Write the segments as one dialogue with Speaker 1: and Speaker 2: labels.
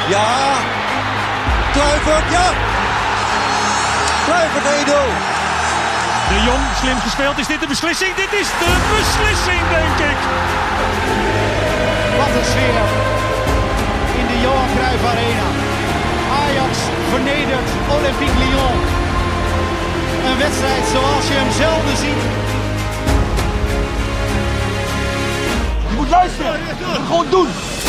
Speaker 1: Ja. Kluivert, ja. Kluivert 1-0.
Speaker 2: De Jong, slim gespeeld. Is dit de beslissing? Dit is de beslissing, denk ik.
Speaker 3: Wat een sfeer in de Johan Cruijff Arena. Ajax vernedert Olympique Lyon. Een wedstrijd zoals je hem zelden ziet.
Speaker 4: Je moet luisteren. Gewoon doen.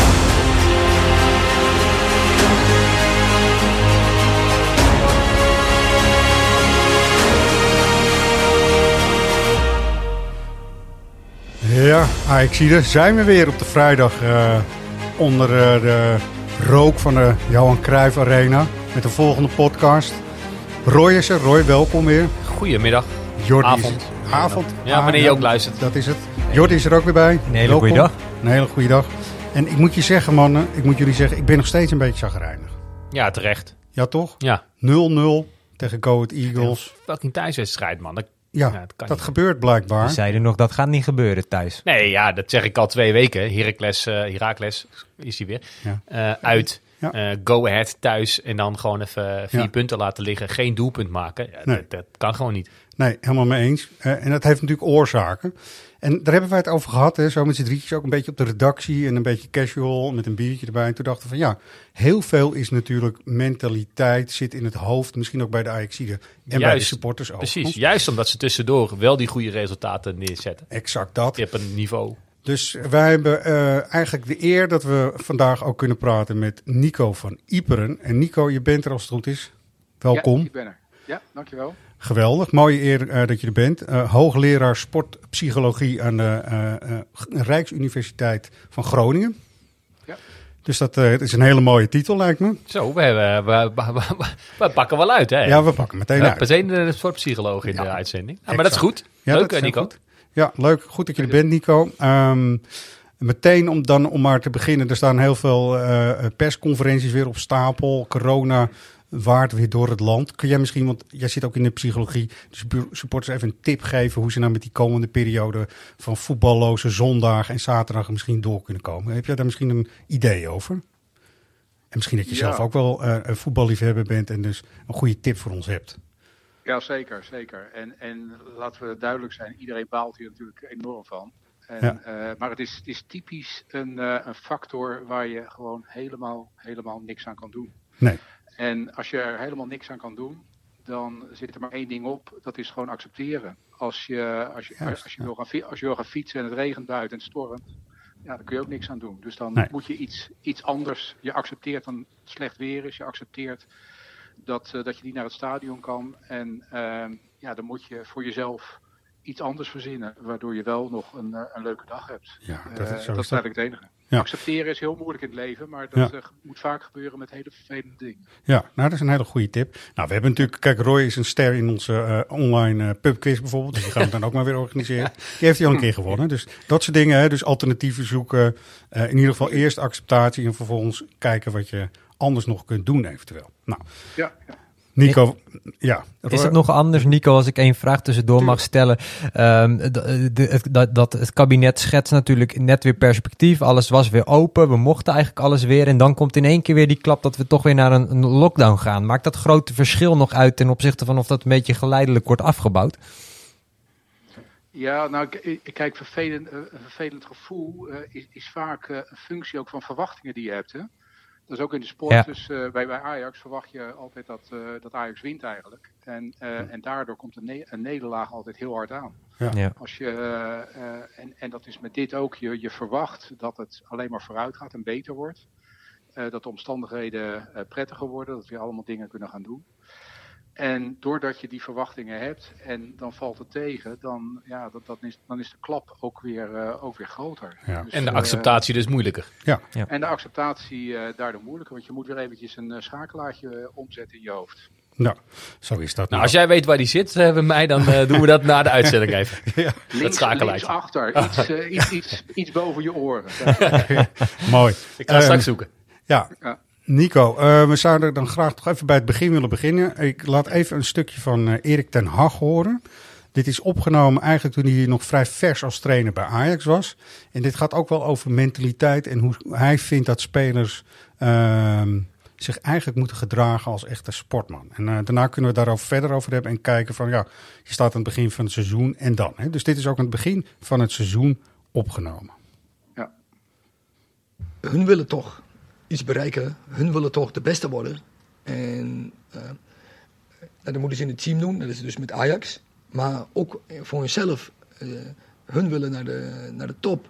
Speaker 5: Ja, Ajaxiden, zijn we weer op de vrijdag onder de rook van de Johan Cruijff Arena met de volgende podcast. Roy is er. Roy, welkom weer.
Speaker 6: Goedemiddag.
Speaker 5: Jordi
Speaker 6: Avond.
Speaker 5: Avond.
Speaker 6: Ja, wanneer je ook luistert.
Speaker 5: Dat is het. Jordi is er ook weer bij.
Speaker 7: Een hele goede dag.
Speaker 5: Een hele goede dag. En ik moet je zeggen, mannen, ik ben nog steeds een beetje chagrijnig.
Speaker 6: Ja, terecht.
Speaker 5: Ja, toch?
Speaker 6: Ja.
Speaker 5: 0-0 tegen Go Ahead Eagles.
Speaker 6: Fucking thuiswedstrijd, man.
Speaker 5: Dat gebeurt blijkbaar.
Speaker 7: We zeiden nog, dat gaat niet gebeuren thuis.
Speaker 6: Nee, ja, dat zeg ik al 2 weken. Heracles is hij weer.
Speaker 5: Ja.
Speaker 6: Uit.
Speaker 5: Ja.
Speaker 6: Go Ahead thuis en dan gewoon even 4 punten laten liggen. Geen doelpunt maken. Ja,
Speaker 5: Nee.
Speaker 6: dat kan gewoon niet.
Speaker 5: Nee, helemaal mee eens. En dat heeft natuurlijk oorzaken. En daar hebben wij het over gehad, hè, zo met z'n drietjes ook een beetje op de redactie en een beetje casual met een biertje erbij. En toen dachten we van ja, heel veel is natuurlijk mentaliteit, zit in het hoofd, misschien ook bij de Ajaxiden en bij de supporters ook.
Speaker 6: Precies, juist omdat ze tussendoor wel die goede resultaten neerzetten.
Speaker 5: Exact dat.
Speaker 6: Je hebt een niveau.
Speaker 5: Dus wij hebben eigenlijk de eer dat we vandaag ook kunnen praten met Nico van Iperen. En Nico, je bent er als het goed is. Welkom.
Speaker 8: Ja, ik ben er. Ja, dankjewel.
Speaker 5: Geweldig, mooie eer dat je er bent. Hoogleraar sportpsychologie aan de Rijksuniversiteit van Groningen.
Speaker 8: Ja.
Speaker 5: Dus dat is een hele mooie titel, lijkt me.
Speaker 6: Zo, we pakken wel uit, hè?
Speaker 5: Ja, we pakken meteen uit.
Speaker 6: Meteen de sportpsycholoog in de uitzending. Ja, maar dat is goed.
Speaker 5: Ja,
Speaker 6: leuk,
Speaker 5: dat is
Speaker 6: Nico.
Speaker 5: goed. Ja, leuk. Goed dat je er bent, Nico. Meteen om maar te beginnen. Er staan heel veel persconferenties weer op stapel. Corona waart weer door het land. Kun jij misschien, want jij zit ook in de psychologie, de supporters even een tip geven hoe ze nou met die komende periode van voetballoze zondag en zaterdag misschien door kunnen komen? Heb jij daar misschien een idee over? En misschien dat je zelf ook wel een voetballiefhebber bent en dus een goede tip voor ons hebt.
Speaker 8: Ja, zeker, zeker. En laten we duidelijk zijn, iedereen baalt hier natuurlijk enorm van. Maar het is typisch een factor waar je gewoon helemaal niks aan kan doen.
Speaker 5: Nee.
Speaker 8: En als je er helemaal niks aan kan doen, dan zit er maar één ding op. Dat is gewoon accepteren. Als je wil gaan fietsen en het regent buiten en het stormt, ja, dan kun je ook niks aan doen. Dus dan moet je iets anders. Je accepteert dat het slecht weer is. Je accepteert dat je niet naar het stadion kan. En dan moet je voor jezelf iets anders verzinnen, waardoor je wel nog een leuke dag hebt. Ja, dat is eigenlijk het enige. Ja. Accepteren is heel moeilijk in het leven, maar dat moet vaak gebeuren met hele vervelende dingen. Ja,
Speaker 5: nou, dat is een hele goede tip. Nou, we hebben natuurlijk, kijk, Roy is een ster in onze online pubquiz bijvoorbeeld, dus die gaan we dan ook maar weer organiseren. Die heeft hij al een keer gewonnen, dus dat soort dingen, hè, dus alternatieven zoeken, in ieder geval eerst acceptatie en vervolgens kijken wat je anders nog kunt doen eventueel. Nou,
Speaker 8: ja.
Speaker 5: Nico,
Speaker 7: Is het nog anders, Nico, als ik één vraag tussendoor mag stellen? Dat het kabinet schetst natuurlijk net weer perspectief. Alles was weer open. We mochten eigenlijk alles weer. En dan komt in één keer weer die klap dat we toch weer naar een lockdown gaan. Maakt dat grote verschil nog uit ten opzichte van of dat een beetje geleidelijk wordt afgebouwd?
Speaker 8: Ja, nou, kijk, een vervelend gevoel is vaak een functie ook van verwachtingen die je hebt, hè? Dat is ook in de sport. Ja. Dus bij Ajax verwacht je altijd dat Ajax wint eigenlijk. En daardoor komt een nederlaag altijd heel hard aan. Ja. Als je, en dat is met dit ook. Je verwacht dat het alleen maar vooruit gaat en beter wordt. Dat de omstandigheden prettiger worden. Dat we allemaal dingen kunnen gaan doen. En doordat je die verwachtingen hebt en dan valt het tegen, dan is de klap ook weer groter. Ja. Dus,
Speaker 6: en de acceptatie dus moeilijker.
Speaker 8: Ja. En de acceptatie daardoor moeilijker, want je moet weer eventjes een schakelaartje omzetten in je hoofd.
Speaker 5: Nou, zo is dat.
Speaker 6: Nou, als jij weet waar die zit bij mij, dan doen we dat na de uitzending even. Ja.
Speaker 8: Links achter, iets boven je oren.
Speaker 5: Mooi.
Speaker 6: Ik ga straks zoeken.
Speaker 5: Ja. Nico, we zouden dan graag toch even bij het begin willen beginnen. Ik laat even een stukje van Erik ten Hag horen. Dit is opgenomen eigenlijk toen hij nog vrij vers als trainer bij Ajax was. En dit gaat ook wel over mentaliteit en hoe hij vindt dat spelers zich eigenlijk moeten gedragen als echte sportman. En daarna kunnen we daarover verder over hebben en kijken van je staat aan het begin van het seizoen en dan. Hè? Dus dit is ook aan het begin van het seizoen opgenomen.
Speaker 8: Ja.
Speaker 9: Hun willen toch iets bereiken. Hun willen toch de beste worden. En dat moeten ze in het team doen. Dat is dus met Ajax. Maar ook voor hunzelf. Hun willen naar de top.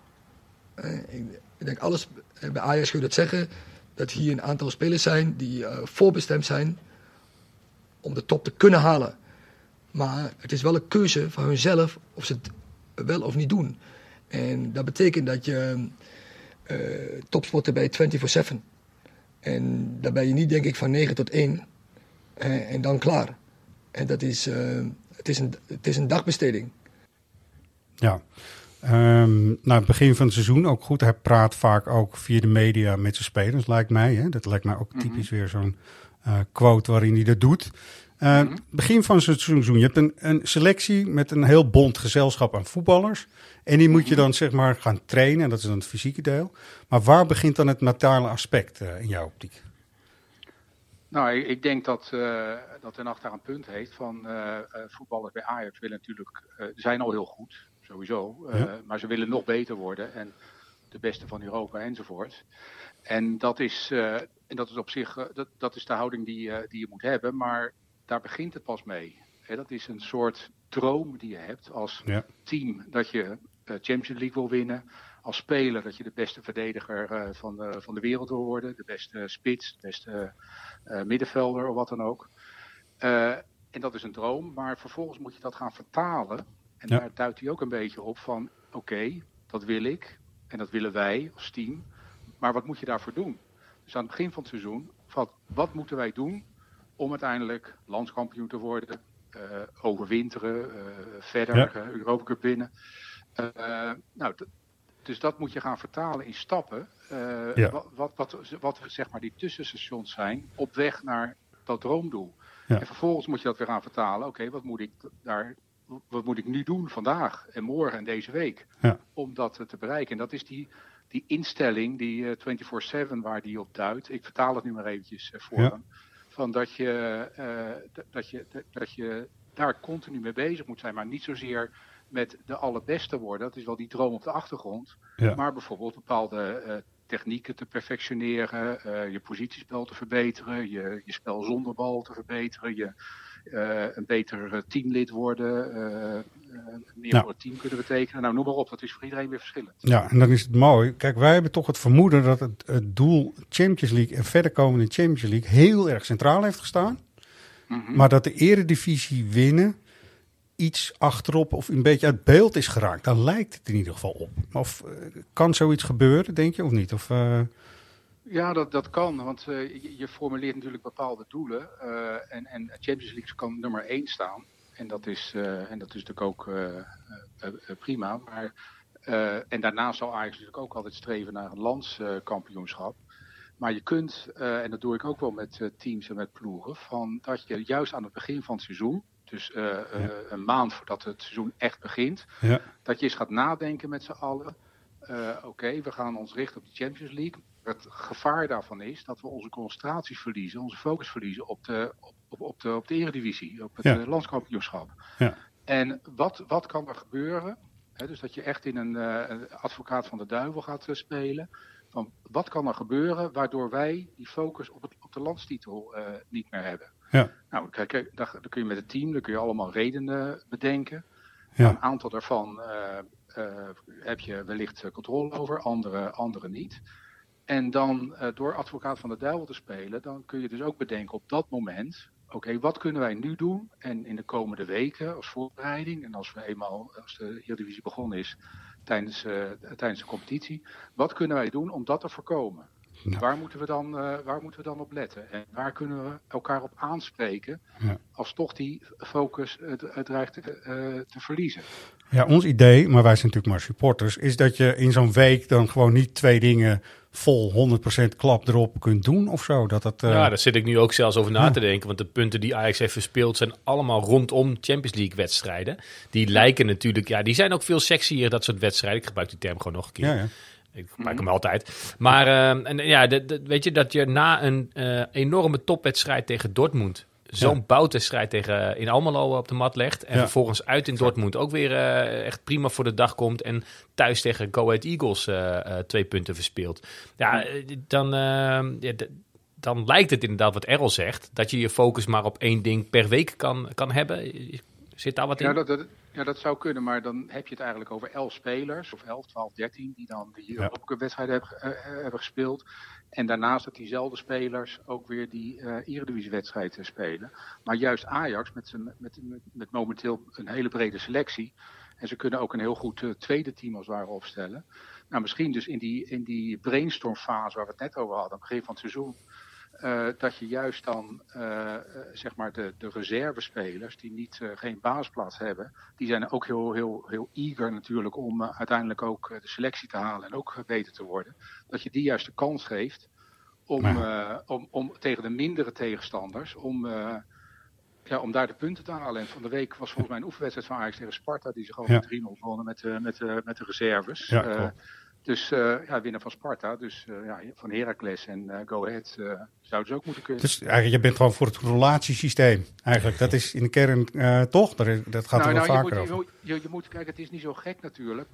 Speaker 9: Ik denk alles bij Ajax kun je dat zeggen. Dat hier een aantal spelers zijn die voorbestemd zijn om de top te kunnen halen. Maar het is wel een keuze van hunzelf of ze het wel of niet doen. En dat betekent dat je topsporter bij 24/7. En daar ben je niet, denk ik, van 9 tot 1 en dan klaar. En dat is, het is een dagbesteding.
Speaker 5: Ja. Het begin van het seizoen ook goed. Hij praat vaak ook via de media met zijn spelers, lijkt mij. Hè? Dat lijkt mij ook typisch weer zo'n quote waarin hij dat doet. Begin van het seizoen. Je hebt een selectie met een heel bond gezelschap aan voetballers. En die moet je dan zeg maar gaan trainen. En dat is dan het fysieke deel. Maar waar begint dan het mentale aspect in jouw optiek?
Speaker 8: Nou, ik denk dat Ten Hag daar een punt heeft van voetballers bij Ajax willen natuurlijk, zijn al heel goed, sowieso. Maar ze willen nog beter worden en de beste van Europa enzovoort. En dat is op zich, dat is de houding die je moet hebben, maar daar begint het pas mee. Dat is een soort droom die je hebt als team, dat je Champions League wil winnen. Als speler dat je de beste verdediger van de wereld wil worden. De beste spits, de beste middenvelder of wat dan ook. En dat is een droom, maar vervolgens moet je dat gaan vertalen. En daar duidt hij ook een beetje op van oké, dat wil ik en dat willen wij als team. Maar wat moet je daarvoor doen? Dus aan het begin van het seizoen, wat moeten wij doen om uiteindelijk landskampioen te worden, overwinteren, verder, Europa Cup winnen. Dus dat moet je gaan vertalen in stappen. Wat zeg maar die tussenstations zijn op weg naar dat droomdoel. Ja. En vervolgens moet je dat weer gaan vertalen. Oké, wat moet ik nu doen vandaag en morgen en deze week om dat te bereiken? En dat is die instelling, die 24/7 waar die op duidt. Ik vertaal het nu maar eventjes voor hem. Van dat je daar continu mee bezig moet zijn, maar niet zozeer met de allerbeste worden. Dat is wel die droom op de achtergrond. Ja. Maar bijvoorbeeld bepaalde technieken te perfectioneren, je positiespel te verbeteren, je spel zonder bal te verbeteren, een beter teamlid worden, meer voor het team kunnen betekenen. Nou, noem maar op, dat is voor iedereen weer verschillend. Ja,
Speaker 5: en dan is het mooi. Kijk, wij hebben toch het vermoeden dat het doel Champions League en verder komen in de Champions League heel erg centraal heeft gestaan. Mm-hmm. Maar dat de eredivisie winnen iets achterop of een beetje uit beeld is geraakt. Daar lijkt het in ieder geval op. Of kan zoiets gebeuren, denk je, of niet? Of,
Speaker 8: Ja, dat kan. Want je formuleert natuurlijk bepaalde doelen. En Champions League kan nummer 1 staan. En dat is natuurlijk ook prima. Maar, en daarnaast zal Ajax natuurlijk ook altijd streven naar een landskampioenschap. Maar je kunt, en dat doe ik ook wel met teams en met ploegen, van dat je juist aan het begin van het seizoen, dus een maand voordat het seizoen echt begint, dat je eens gaat nadenken met z'n allen. Oké, we gaan ons richten op de Champions League. Het gevaar daarvan is dat we onze concentratie verliezen, onze focus verliezen op de eredivisie, op het landskampioenschap. Ja. En wat kan er gebeuren? Dus dat je echt in een advocaat van de duivel gaat spelen. Van wat kan er gebeuren waardoor wij die focus op de landstitel niet meer hebben? Ja. Nou, kijk, dan kun je met het team, dan kun je allemaal redenen bedenken. Ja. Een aantal daarvan heb je wellicht controle over, andere niet. En dan door advocaat van de duivel te spelen, dan kun je dus ook bedenken op dat moment, oké, wat kunnen wij nu doen? En in de komende weken als voorbereiding, en als de Eredivisie begonnen is, tijdens de competitie, wat kunnen wij doen om dat te voorkomen? Ja. Waar moeten we dan op letten? En waar kunnen we elkaar op aanspreken als toch die focus dreigt te verliezen?
Speaker 5: Ja, ons idee, maar wij zijn natuurlijk maar supporters, is dat je in zo'n week dan gewoon niet 2 dingen vol 100% klap erop kunt doen of zo.
Speaker 6: Ja, daar zit ik nu ook zelfs over na te denken. Want de punten die Ajax heeft verspeeld zijn allemaal rondom Champions League wedstrijden. Die lijken natuurlijk, die zijn ook veel sexier, dat soort wedstrijden. Ik gebruik die term gewoon nog een keer.
Speaker 5: Ja.
Speaker 6: Ik gebruik hem altijd. Maar weet je, dat je na een enorme topwedstrijd tegen Dortmund zo'n boutwedstrijd in Almelo op de mat legt. En vervolgens uit in Dortmund ook weer echt prima voor de dag komt. En thuis tegen Go Ahead Eagles 2 punten verspeelt. Ja, dan lijkt het inderdaad wat Errol zegt. Dat je je focus maar op 1 ding per week kan hebben. Zit daar wat in?
Speaker 8: Ja, dat zou kunnen, maar dan heb je het eigenlijk over 11 spelers, of 11, 12, 13, die dan die Europese-wedstrijden hebben gespeeld. En daarnaast dat diezelfde spelers ook weer die Eredivisie-wedstrijd spelen. Maar juist Ajax, met momenteel een hele brede selectie, en ze kunnen ook een heel goed tweede team als het ware opstellen. Nou, misschien dus in die brainstormfase waar we het net over hadden, aan het begin van het seizoen, dat je juist dan zeg maar de reservespelers die geen basisplaats hebben, die zijn ook heel eager natuurlijk om uiteindelijk ook de selectie te halen en ook beter te worden. Dat je die juist de kans geeft om tegen de mindere tegenstanders om daar de punten te halen. En van de week was volgens mij een oefenwedstrijd van Ajax tegen Sparta, die ze gewoon met 3-0 wonnen met de reserves.
Speaker 5: Ja,
Speaker 8: dus winnen van Sparta. Dus van Heracles en Go Ahead zouden ze ook moeten kunnen.
Speaker 5: Dus eigenlijk, je bent gewoon voor het relatiesysteem. Eigenlijk, dat is in de kern toch? Dat gaat er wel vaker over.
Speaker 8: Je moet kijken, het is niet zo gek natuurlijk.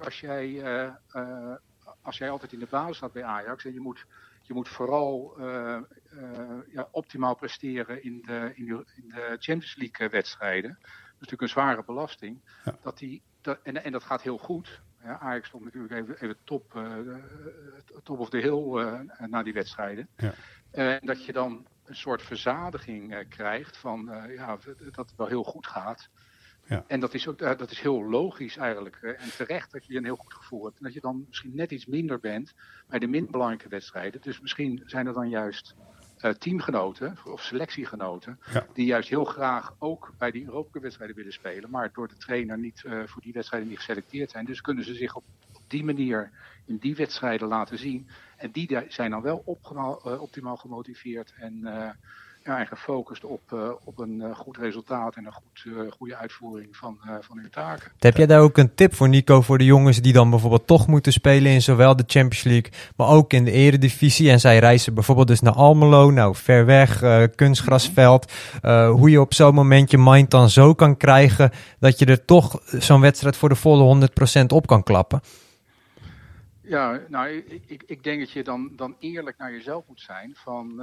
Speaker 8: Als jij altijd in de basis staat bij Ajax en je moet vooral optimaal presteren in de Champions League wedstrijden. Dat is natuurlijk een zware belasting. Ja. En dat gaat heel goed. Ja, Ajax stond natuurlijk even top of the hill na die wedstrijden. Ja. Dat je dan een soort verzadiging krijgt van dat het wel heel goed gaat. Ja. En dat is heel logisch eigenlijk. En terecht dat je een heel goed gevoel hebt. En dat je dan misschien net iets minder bent bij de minder belangrijke wedstrijden. Dus misschien zijn er dan juist teamgenoten of selectiegenoten die juist heel graag ook bij die Europa-wedstrijden willen spelen, maar door de trainer niet voor die wedstrijden niet geselecteerd zijn. Dus kunnen ze zich op die manier in die wedstrijden laten zien. En die zijn dan wel optimaal gemotiveerd en gefocust op een goed resultaat en een goede uitvoering van hun taken.
Speaker 7: Heb jij daar ook een tip voor, Nico, voor de jongens die dan bijvoorbeeld toch moeten spelen in zowel de Champions League, maar ook in de Eredivisie? En zij reizen bijvoorbeeld dus naar Almelo, ver weg, kunstgrasveld. Hoe je op zo'n moment je mind dan zo kan krijgen dat je er toch zo'n wedstrijd voor de volle 100% op kan klappen?
Speaker 8: Ja, nou, ik denk dat je dan eerlijk naar jezelf moet zijn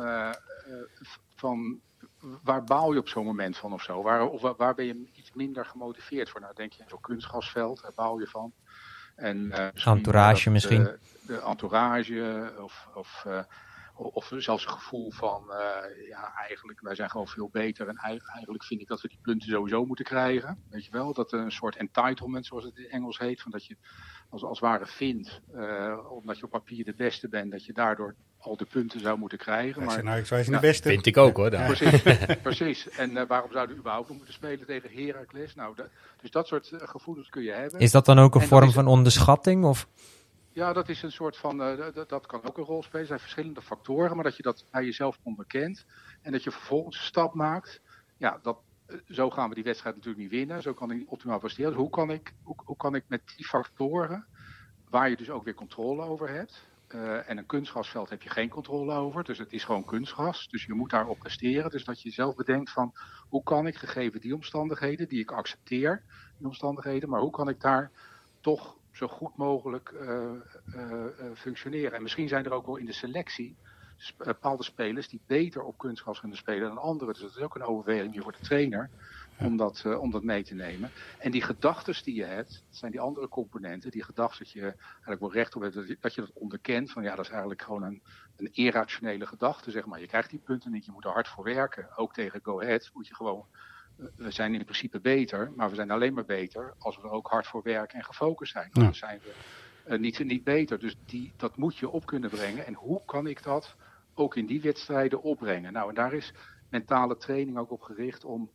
Speaker 8: van waar baal je op zo'n moment van of zo? Waar ben je iets minder gemotiveerd voor? Nou, denk je zo'n kunstgrasveld, daar baal je van. En,
Speaker 7: entourage misschien.
Speaker 8: De entourage of zelfs een gevoel van eigenlijk wij zijn gewoon veel beter en eigenlijk vind ik dat we die punten sowieso moeten krijgen. Weet je wel, dat een soort entitlement, zoals het in Engels heet, van dat je als het ware vindt, omdat je op papier de beste bent, dat je daardoor al de punten zou moeten krijgen. Maar
Speaker 5: wij zijn de beste.
Speaker 6: Vind ik ook hoor.
Speaker 8: Precies. En waarom zouden we überhaupt nog moeten spelen tegen Heracles? Nou, dus dat soort gevoelens kun je hebben.
Speaker 7: Is dat dan ook een vorm van onderschatting? Of?
Speaker 8: Ja, dat is een soort van, dat kan ook een rol spelen. Er zijn verschillende factoren, maar dat je dat bij jezelf onderkent. En dat je vervolgens een stap maakt. Ja, zo gaan we die wedstrijd natuurlijk niet winnen. Zo kan ik niet optimaal presteren. Dus hoe kan ik met die factoren, waar je dus ook weer controle over hebt. En een kunstgrasveld heb je geen controle over. Dus het is gewoon kunstgras. Dus je moet daarop presteren. Dus dat je zelf bedenkt van, hoe kan ik gegeven die omstandigheden, die ik accepteer, die omstandigheden. Maar hoe kan ik daar toch zo goed mogelijk functioneren. En misschien zijn er ook wel in de selectie bepaalde spelers die beter op kunstgras kunnen spelen dan anderen. Dus dat is ook een overweging hier voor de trainer om dat mee te nemen. En die gedachtes die je hebt, dat zijn die andere componenten, die gedachten dat je eigenlijk wel recht op hebt, dat je dat onderkent. Van dat is eigenlijk gewoon een irrationele gedachte, zeg maar. Je krijgt die punten niet, je moet er hard voor werken. Ook tegen Go Ahead moet je gewoon. We zijn in principe beter, maar we zijn alleen maar beter als we er ook hard voor werken en gefocust zijn. Dan zijn we niet beter. Dus dat moet je op kunnen brengen. En hoe kan ik dat ook in die wedstrijden opbrengen? Nou, en daar is mentale training ook op gericht om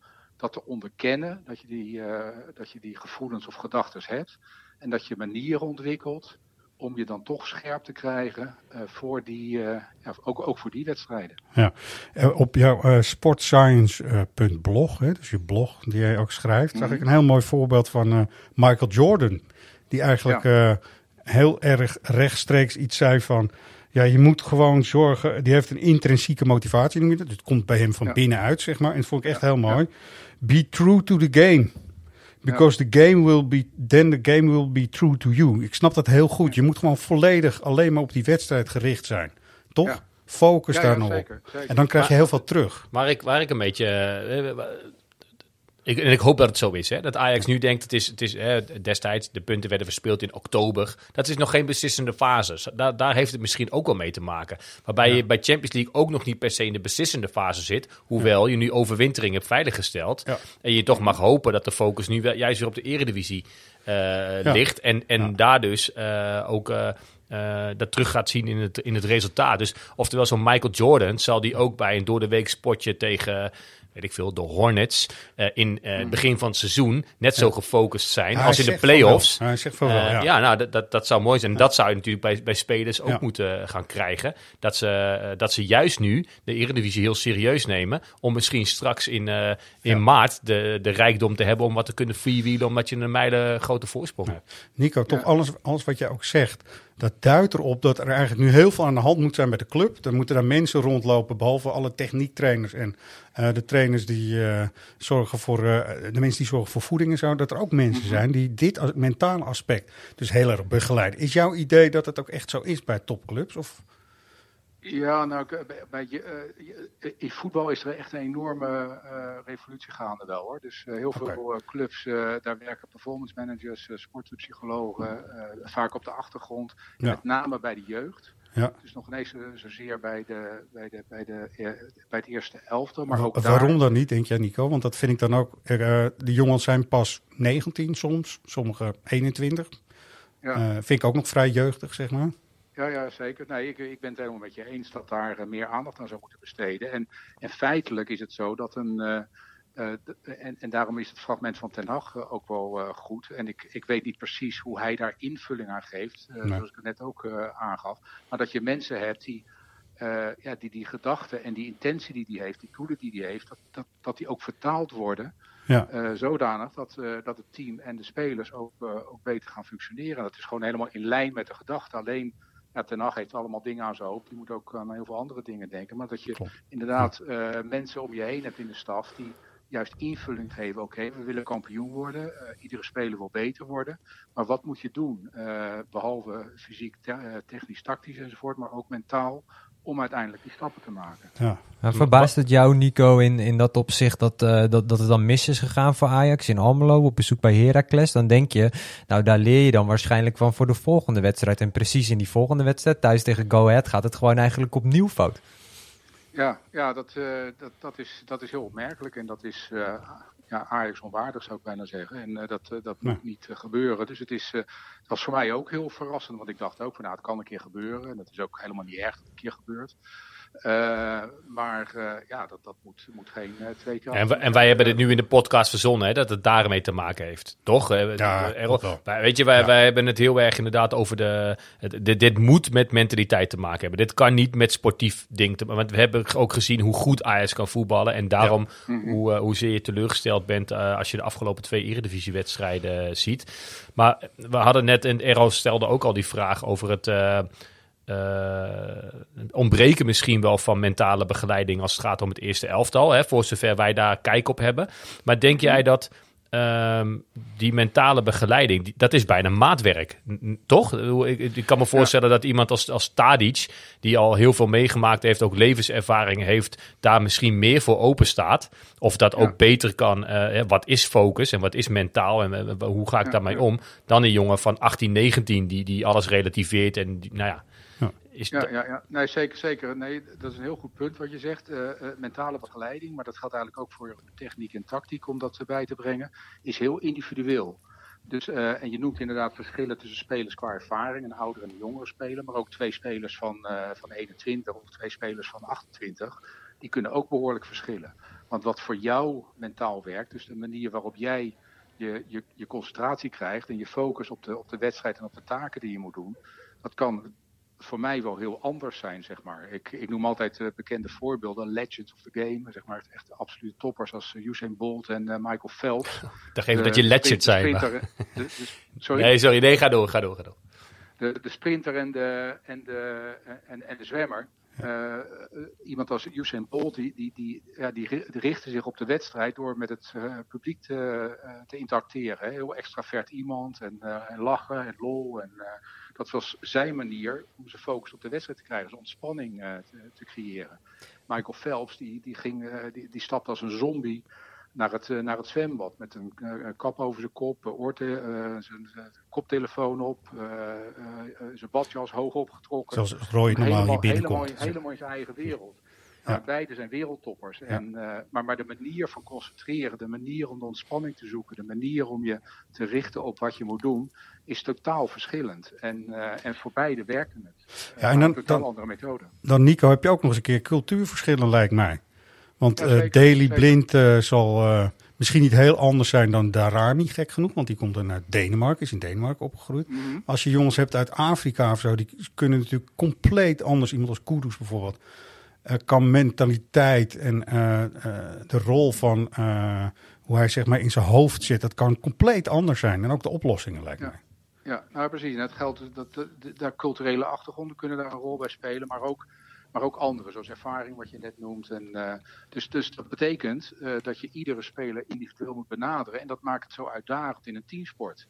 Speaker 8: dat te onderkennen dat je die gevoelens of gedachten hebt. En dat je manieren ontwikkelt om je dan toch scherp te krijgen voor ook voor die wedstrijden.
Speaker 5: Ja. Op jouw sportscience.blog, dus je blog die jij ook schrijft, zag ik een heel mooi voorbeeld van Michael Jordan. Die eigenlijk heel erg rechtstreeks iets zei van, ja, je moet gewoon zorgen, die heeft een intrinsieke motivatie, noem je dat. Het komt bij hem van binnenuit, zeg maar. En dat vond ik echt heel mooi. Be true to the game. Because the game will be true to you. Ik snap dat heel goed. Je moet gewoon volledig alleen maar op die wedstrijd gericht zijn. Toch? Ja. Focus daar nog op. Zeker. En dan krijg je heel veel terug.
Speaker 6: Waar ik een beetje... Ik hoop dat het zo is. Hè? Dat Ajax nu denkt, het is destijds, de punten werden verspeeld in oktober. Dat is nog geen beslissende fase. Daar heeft het misschien ook wel mee te maken. Waarbij je bij Champions League ook nog niet per se in de beslissende fase zit. Hoewel je nu overwintering hebt veiliggesteld. Ja. En je toch mag hopen dat de focus nu juist weer op de eredivisie ligt. En daar dus ook... dat terug gaat zien in het resultaat. Dus oftewel zo'n Michael Jordan zal die ook bij een doordeweek spotje tegen... weet ik veel, de Hornets in het begin van het seizoen net zo gefocust zijn als in de play-offs.
Speaker 5: Hij zegt van wel,
Speaker 6: dat zou mooi zijn. En dat zou je natuurlijk bij spelers ook moeten gaan krijgen. Dat ze juist nu de Eredivisie heel serieus nemen om misschien straks in maart de rijkdom te hebben om wat te kunnen freewheelen omdat je een mijlen grote voorsprong hebt.
Speaker 5: Nico, toch alles wat jij ook zegt, dat duidt erop dat er eigenlijk nu heel veel aan de hand moet zijn bij de club. Er moeten daar mensen rondlopen, behalve alle techniektrainers en de trainers die zorgen voor de mensen die zorgen voor voeding en zo. Dat er ook mensen zijn die dit mentale aspect dus heel erg begeleiden. Is jouw idee dat het ook echt zo is bij topclubs? Of?
Speaker 8: Ja, nou, in voetbal is er echt een enorme revolutie gaande wel, hoor. Dus heel veel clubs, daar werken performance managers, sportpsychologen, vaak op de achtergrond. Ja. Met name bij de jeugd. Ja. Dus nog ineens zozeer bij het eerste elftal. Maar ook
Speaker 5: waarom dan niet, denk jij, Nico? Want dat vind ik dan ook... de jongens zijn pas 19 soms, sommigen 21. Ja. Vind ik ook nog vrij jeugdig, zeg maar.
Speaker 8: Ja, zeker. Nee, ik ben het helemaal met je eens dat daar meer aandacht aan zou moeten besteden. En feitelijk is het zo dat en daarom is het fragment van Ten Hag ook wel goed. En ik weet niet precies hoe hij daar invulling aan geeft, zoals ik het net ook aangaf. Maar dat je mensen hebt die gedachten en die intentie die hij heeft, die doelen die hij heeft, dat die ook vertaald worden. Ja. Zodanig dat het team en de spelers ook beter gaan functioneren. Dat is gewoon helemaal in lijn met de gedachte. Alleen... Ja, Ten Hag heeft allemaal dingen aan zijn hoofd. Die moet ook aan heel veel andere dingen denken. Maar dat je inderdaad mensen om je heen hebt in de staf die juist invulling geven. Oké, we willen kampioen worden. Iedere speler wil beter worden. Maar wat moet je doen? Behalve fysiek, technisch, tactisch enzovoort. Maar ook mentaal. Om uiteindelijk die stappen te maken.
Speaker 7: Ja. Verbaast het jou, Nico, in dat opzicht dat het dan mis is gegaan voor Ajax in Almelo op bezoek bij Heracles? Dan denk je, nou daar leer je dan waarschijnlijk van voor de volgende wedstrijd. En precies in die volgende wedstrijd, thuis tegen Go Ahead, gaat het gewoon eigenlijk opnieuw fout.
Speaker 8: Ja, dat is heel opmerkelijk. En dat is Ajax onwaardig, zou ik bijna zeggen. En dat moet niet gebeuren. Dus het was voor mij ook heel verrassend. Want ik dacht ook van, het kan een keer gebeuren. En dat is ook helemaal niet erg dat het een keer gebeurt. Dat moet geen 2 keer.
Speaker 6: En wij hebben dit nu in de podcast verzonnen, hè, dat het daarmee te maken heeft, toch?
Speaker 5: Ja,
Speaker 6: weet je, wij hebben het heel erg inderdaad over dit moet met mentaliteit te maken hebben. Dit kan niet met sportief ding te maken. Want we hebben ook gezien hoe goed Ajax kan voetballen en daarom hoezeer je teleurgesteld bent als je de afgelopen 2 Eredivisiewedstrijden ziet. Maar we hadden net, en Erro stelde ook al die vraag over het... ontbreken misschien wel van mentale begeleiding als het gaat om het eerste elftal, hè, voor zover wij daar kijk op hebben. Maar denk jij dat die mentale begeleiding, dat is bijna maatwerk, toch? Ik kan me voorstellen dat iemand als Tadic, die al heel veel meegemaakt heeft, ook levenservaring heeft, daar misschien meer voor open staat. Of dat ook beter kan, wat is focus en wat is mentaal en hoe ga ik daarmee om, dan een jongen van 18, 19 die alles relativeert en
Speaker 8: Nee, zeker. Nee, dat is een heel goed punt wat je zegt. Mentale begeleiding, maar dat geldt eigenlijk ook voor techniek en tactiek om dat bij te brengen, is heel individueel. Dus, en je noemt inderdaad verschillen tussen spelers qua ervaring, een oudere en een jongere speler, maar ook 2 spelers van 21 of 2 spelers van 28, die kunnen ook behoorlijk verschillen. Want wat voor jou mentaal werkt, dus de manier waarop jij je concentratie krijgt en je focus op de wedstrijd en op de taken die je moet doen, dat kan voor mij wel heel anders zijn, zeg maar. Ik noem altijd bekende voorbeelden, legends of the game, zeg maar, echt absolute toppers als Usain Bolt en Michael Phelps.
Speaker 6: Dacht even dat je legend zijn. Sorry. Nee, ga door.
Speaker 8: De sprinter en de zwemmer. Iemand als Usain Bolt, die richtte zich op de wedstrijd door met het publiek te interacteren. Hè. Heel extravert iemand en lachen en lol. Dat was zijn manier om zijn focus op de wedstrijd te krijgen, zijn ontspanning te creëren. Michael Phelps, die stapte als een zombie naar het zwembad met een kap over zijn kop, zijn koptelefoon op, zijn badjas hoog opgetrokken.
Speaker 5: Zoals Roy normaal hier binnenkomt.
Speaker 8: Helemaal in zijn eigen wereld. Nou, beide zijn wereldtoppers. Ja. Maar de manier van concentreren, de manier om de ontspanning te zoeken, de manier om je te richten op wat je moet doen, is totaal verschillend. En voor beide werkte het.
Speaker 5: Ja, en dan,
Speaker 8: een totaal andere methode.
Speaker 5: Dan Nico, heb je ook nog eens een keer cultuurverschillen, lijkt mij. Want
Speaker 8: zeker,
Speaker 5: Daley Blind zal misschien niet heel anders zijn dan Daramy, gek genoeg. Want die komt dan uit Denemarken, is in Denemarken opgegroeid. Mm-hmm. Als je jongens hebt uit Afrika of zo, die kunnen natuurlijk compleet anders. Iemand als Kudus bijvoorbeeld. Kan mentaliteit en de rol van hoe hij zeg maar in zijn hoofd zit, dat kan compleet anders zijn. En ook de oplossingen, lijkt mij.
Speaker 8: Ja, nou precies. En het geldt dat daar culturele achtergronden kunnen daar een rol bij spelen, maar ook andere, zoals ervaring wat je net noemt. Dus dat betekent dat je iedere speler individueel moet benaderen. En dat maakt het zo uitdagend in een teamsport.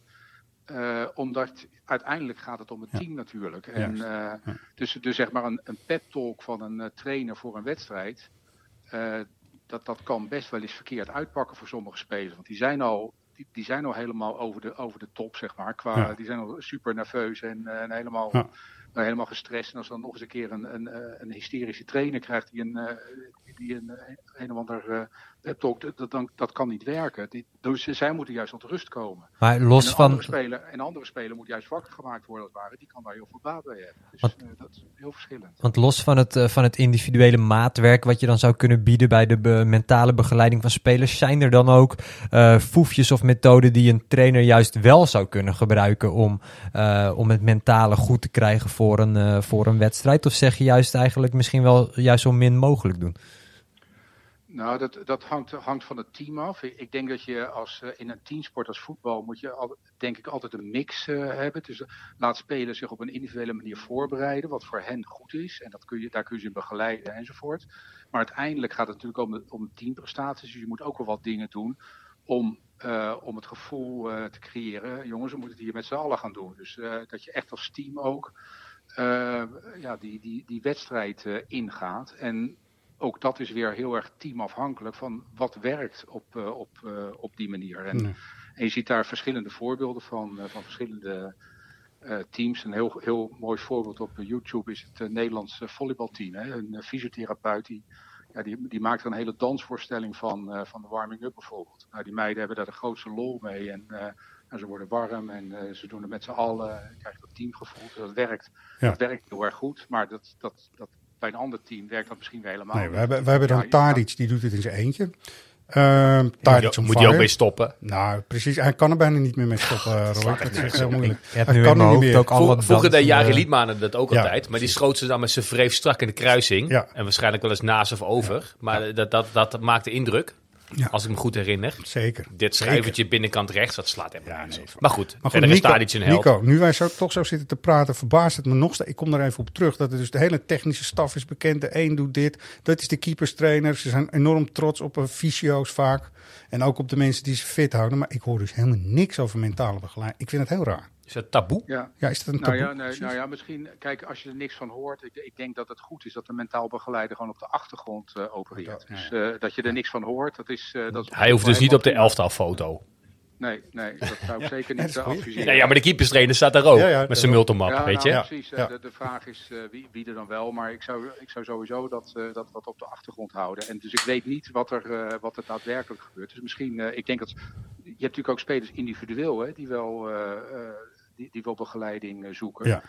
Speaker 8: Omdat uiteindelijk gaat het om het team natuurlijk. En, dus zeg maar een pep talk van een trainer voor een wedstrijd, dat kan best wel eens verkeerd uitpakken voor sommige spelers. Want die zijn al helemaal over de top, zeg maar. Die zijn al super nerveus en helemaal gestrest. En als dan nog eens een keer een hysterische trainer krijgt die een of ander talk, dat kan niet werken. Dus zij moeten juist tot rust komen.
Speaker 7: Maar los
Speaker 8: een andere speler moet juist wakker gemaakt worden als het ware. Die kan daar heel veel baat bij hebben. Dus dat is heel verschillend.
Speaker 7: Want los van het individuele maatwerk wat je dan zou kunnen bieden bij de mentale begeleiding van spelers, zijn er dan ook foefjes of methoden die een trainer juist wel zou kunnen gebruiken om het mentale goed te krijgen voor een wedstrijd? Of zeg je juist eigenlijk misschien wel juist zo min mogelijk doen?
Speaker 8: Nou, dat hangt van het team af. Ik denk dat je in een teamsport als voetbal moet je denk ik altijd een mix hebben. Dus laat spelers zich op een individuele manier voorbereiden, wat voor hen goed is. En daar kun je ze in begeleiden enzovoort. Maar uiteindelijk gaat het natuurlijk om teamprestaties. Dus je moet ook wel wat dingen doen om het gevoel te creëren. Jongens, we moeten het hier met z'n allen gaan doen. Dus dat je echt als team ook die wedstrijd ingaat. En ook dat is weer heel erg teamafhankelijk van wat werkt op die manier. En je ziet daar verschillende voorbeelden van verschillende teams. Een heel mooi voorbeeld op YouTube is het Nederlandse volleybalteam. Hè? Een fysiotherapeut die maakt er een hele dansvoorstelling van de warming-up bijvoorbeeld. Nou, die meiden hebben daar de grootste lol mee en ze worden warm en ze doen het met z'n allen. Krijg je dat teamgevoel. Dat werkt. Ja. Dat werkt heel erg goed, maar dat bij een ander team werkt dat misschien wel helemaal niet.
Speaker 5: We hebben dan Tadic, die doet het in zijn eentje.
Speaker 6: Moet je ook mee stoppen?
Speaker 5: Nou, precies. Hij kan er bijna niet meer mee stoppen, Roy. Dat is heel moeilijk.
Speaker 7: Hij kan er niet meer.
Speaker 6: Vroeger deed Jari Liedmanen dat ook altijd. Maar die schoot ze dan met zijn wreef strak in de kruising. Ja. En waarschijnlijk wel eens naast of over. Ja. Maar dat maakte indruk. Ja. Als ik me goed herinner.
Speaker 5: Zeker.
Speaker 6: Dit schuivertje binnenkant rechts, dat slaat helemaal niet. Maar goed, verder is Tadic een held.
Speaker 5: Nico, nu wij toch zo zitten te praten, verbaast het me nog steeds. Ik kom daar even op terug. Dat het dus de hele technische staf is bekend. De een doet dit. Dat is de keeperstrainer. Ze zijn enorm trots op fysio's vaak. En ook op de mensen die ze fit houden. Maar ik hoor dus helemaal niks over mentale begeleiding. Ik vind het heel raar.
Speaker 6: Is dat taboe?
Speaker 5: Ja, is dat een taboe?
Speaker 8: Misschien, kijk, als je er niks van hoort. Ik denk dat het goed is dat de mentaal begeleider gewoon op de achtergrond opereert. Ja. Dus dat je er niks van hoort, dat is...
Speaker 6: Hij hoeft dus niet op de elftalfoto.
Speaker 8: Nee, dat zou ik zeker niet adviseren.
Speaker 6: Nee, maar de keeperstrainer staat daar ook, met zijn multimap, weet je?
Speaker 8: Ja, precies. Ja. De vraag is wie er dan wel, maar ik zou sowieso dat wat op de achtergrond houden. En dus ik weet niet wat er daadwerkelijk gebeurt. Dus misschien, ik denk dat... Je hebt natuurlijk ook spelers individueel, hè, die wel begeleiding zoeken. Ja.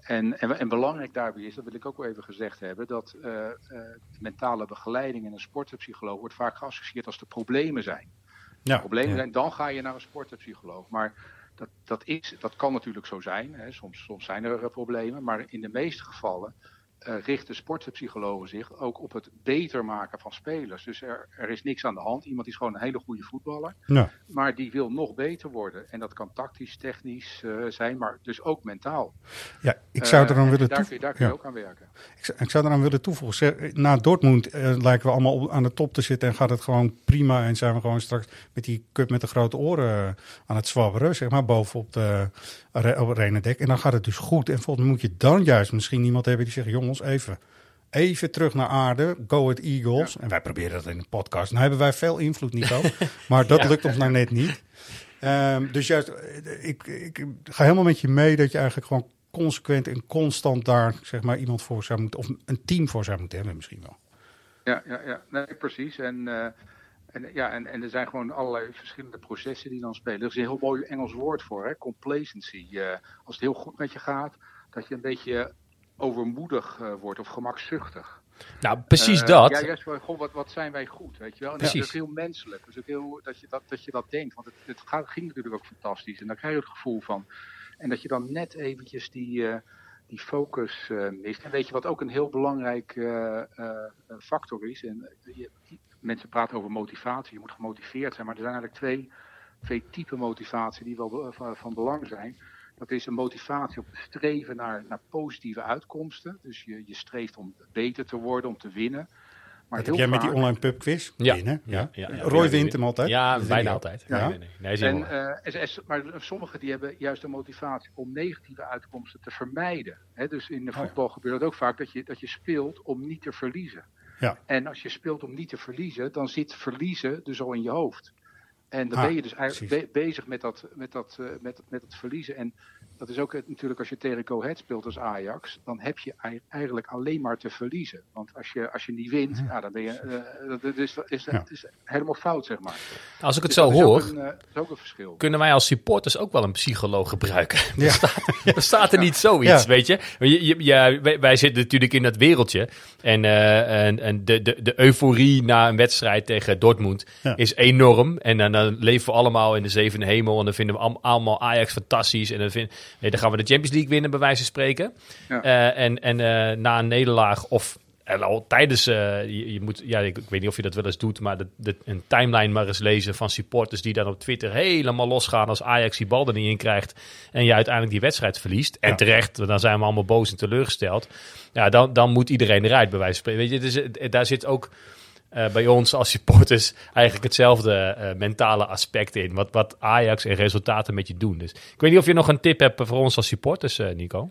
Speaker 8: En belangrijk daarbij is, dat wil ik ook wel even gezegd hebben, dat de mentale begeleiding en een sportpsycholoog wordt vaak geassocieerd als de problemen zijn.
Speaker 5: Ja,
Speaker 8: Problemen zijn, dan ga je naar een sportpsycholoog. Maar dat kan natuurlijk zo zijn. Hè. Soms zijn er problemen, maar in de meeste gevallen richten sportpsychologen zich ook op het beter maken van spelers. Dus er is niks aan de hand. Iemand is gewoon een hele goede voetballer. Ja. Maar die wil nog beter worden. En dat kan tactisch, technisch zijn, maar dus ook mentaal.
Speaker 5: Ja, ik zou er dan willen
Speaker 8: daar kun je ook aan werken.
Speaker 5: Ik zou eraan willen toevoegen. Na Dortmund lijken we allemaal aan de top te zitten en gaat het gewoon prima. En zijn we gewoon straks met die cup met de grote oren aan het zwabberen, zeg maar, bovenop de arenadek. En dan gaat het dus goed. En volgens mij moet je dan juist misschien iemand hebben die zegt, jongens, even terug naar aarde. Go at Eagles. Ja. En wij proberen dat in de podcast. Nou hebben wij veel invloed, Nico. Maar dat lukt ons nou net niet. Dus juist, ik ga helemaal met je mee dat je eigenlijk gewoon consequent en constant daar, zeg maar, iemand voor zou moeten, of een team voor zou moeten hebben misschien wel.
Speaker 8: Ja. Nee, precies. En er zijn gewoon allerlei verschillende processen die dan spelen. Er is een heel mooi Engels woord voor, hè? Complacency. Als het heel goed met je gaat, dat je een beetje overmoedig wordt of gemakzuchtig.
Speaker 6: Nou, precies dat.
Speaker 8: Ja, juist wel, goh, wat zijn wij goed, weet je wel. En dat is ook heel menselijk. Dat is ook heel, dat je dat denkt. Want het ging natuurlijk ook fantastisch. En daar krijg je het gevoel van. En dat je dan net eventjes die focus mist. En weet je wat ook een heel belangrijk factor is? En mensen praten over motivatie. Je moet gemotiveerd zijn. Maar er zijn eigenlijk twee typen motivatie die wel van belang zijn. Dat is een motivatie op streven naar positieve uitkomsten. Dus je streeft om beter te worden, om te winnen. Maar
Speaker 5: dat heb jij met die online pubquiz winnen? Ja. Roy wint hem altijd?
Speaker 6: Ja, bijna altijd.
Speaker 8: Ja. Nee, maar sommigen die hebben juist de motivatie om negatieve uitkomsten te vermijden. Dus in de voetbal gebeurt het ook vaak dat je speelt om niet te verliezen. Ja. En als je speelt om niet te verliezen, dan zit verliezen dus al in je hoofd. En dan ben je dus eigenlijk bezig met het verliezen. En dat is ook natuurlijk als je tegen Go Ahead speelt als Ajax, dan heb je eigenlijk alleen maar te verliezen. Want als je niet wint, dan ben je. Dat is helemaal fout, zeg maar.
Speaker 6: Als ik het zo hoor,
Speaker 8: dat is ook een verschil.
Speaker 6: Kunnen wij als supporters ook wel een psycholoog gebruiken? Ja. Bestaat er niet zoiets, weet je? Wij zitten natuurlijk in dat wereldje. En de euforie na een wedstrijd tegen Dortmund is enorm. En dan leven we allemaal in de zevende hemel. En dan vinden we allemaal Ajax fantastisch. En dan gaan we de Champions League winnen, bij wijze van spreken. Ja. Na een nederlaag of al tijdens... je moet, ik weet niet of je dat wel eens doet, maar een timeline maar eens lezen van supporters die dan op Twitter helemaal losgaan als Ajax die bal er niet in krijgt en je uiteindelijk die wedstrijd verliest. En terecht, dan zijn we allemaal boos en teleurgesteld. Ja, dan moet iedereen eruit, bij wijze van spreken. Weet je, daar zit ook bij ons als supporters eigenlijk hetzelfde mentale aspect in. Wat Ajax en resultaten met je doen. Dus ik weet niet of je nog een tip hebt voor ons als supporters, Nico?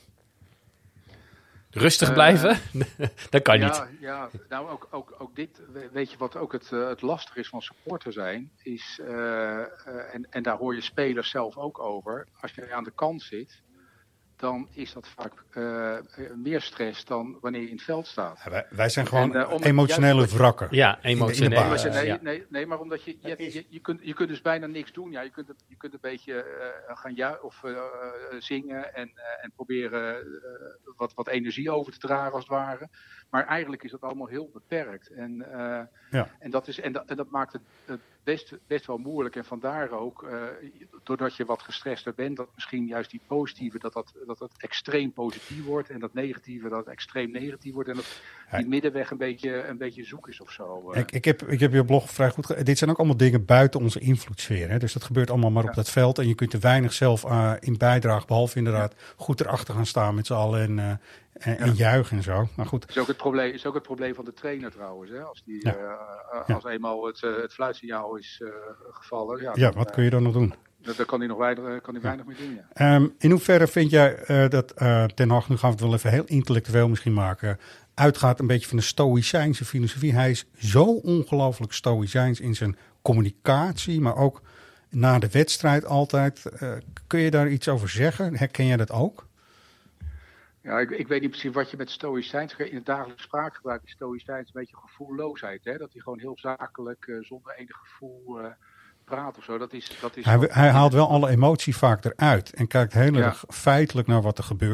Speaker 6: Rustig blijven? Dat kan niet.
Speaker 8: Ja, nou ook dit, weet je wat ook het lastige is van supporter zijn, is, en daar hoor je spelers zelf ook over, als je aan de kant zit, dan is dat vaak meer stress dan wanneer je in het veld staat. Ja,
Speaker 5: wij zijn gewoon emotionele wrakken.
Speaker 6: Ja, emotioneel.
Speaker 8: Nee, maar omdat je kunt dus bijna niks doen. Ja, je kunt een beetje gaan zingen en proberen wat energie over te dragen als het ware. Maar eigenlijk is dat allemaal heel beperkt. En dat maakt het best wel moeilijk. En vandaar ook, doordat je wat gestrester bent, dat misschien juist die positieve, dat extreem positief wordt. En dat negatieve, dat extreem negatief wordt. En dat die middenweg een beetje zoek is of zo.
Speaker 5: Ik heb je blog vrij goed... Dit zijn ook allemaal dingen buiten onze invloedssfeer. Hè? Dus dat gebeurt allemaal maar op dat veld. En je kunt er weinig zelf in bijdragen. Behalve inderdaad goed erachter gaan staan met z'n allen en juichen en zo. Maar goed.
Speaker 8: Is ook het probleem van de trainer trouwens. Hè? Als eenmaal het fluitsignaal is gevallen.
Speaker 5: Wat kun je dan nog doen?
Speaker 8: Daar kan hij weinig mee doen. Ja.
Speaker 5: In hoeverre vind jij dat Ten Hag, nu gaan we het wel even heel intellectueel misschien maken, uitgaat een beetje van de stoïcijnse filosofie. Hij is zo ongelooflijk stoïcijns in zijn communicatie, maar ook na de wedstrijd altijd. Kun je daar iets over zeggen? Herken jij dat ook?
Speaker 8: Ja, ik weet niet precies wat je met stoïcijns... In het dagelijks spraakgebruik is stoïcijns een beetje gevoelloosheid. Hè? Dat hij gewoon heel zakelijk, zonder enig gevoel praat of zo. Dat is
Speaker 5: hij haalt wel alle emotie vaak eruit. En kijkt heel erg feitelijk naar wat er gebeurt.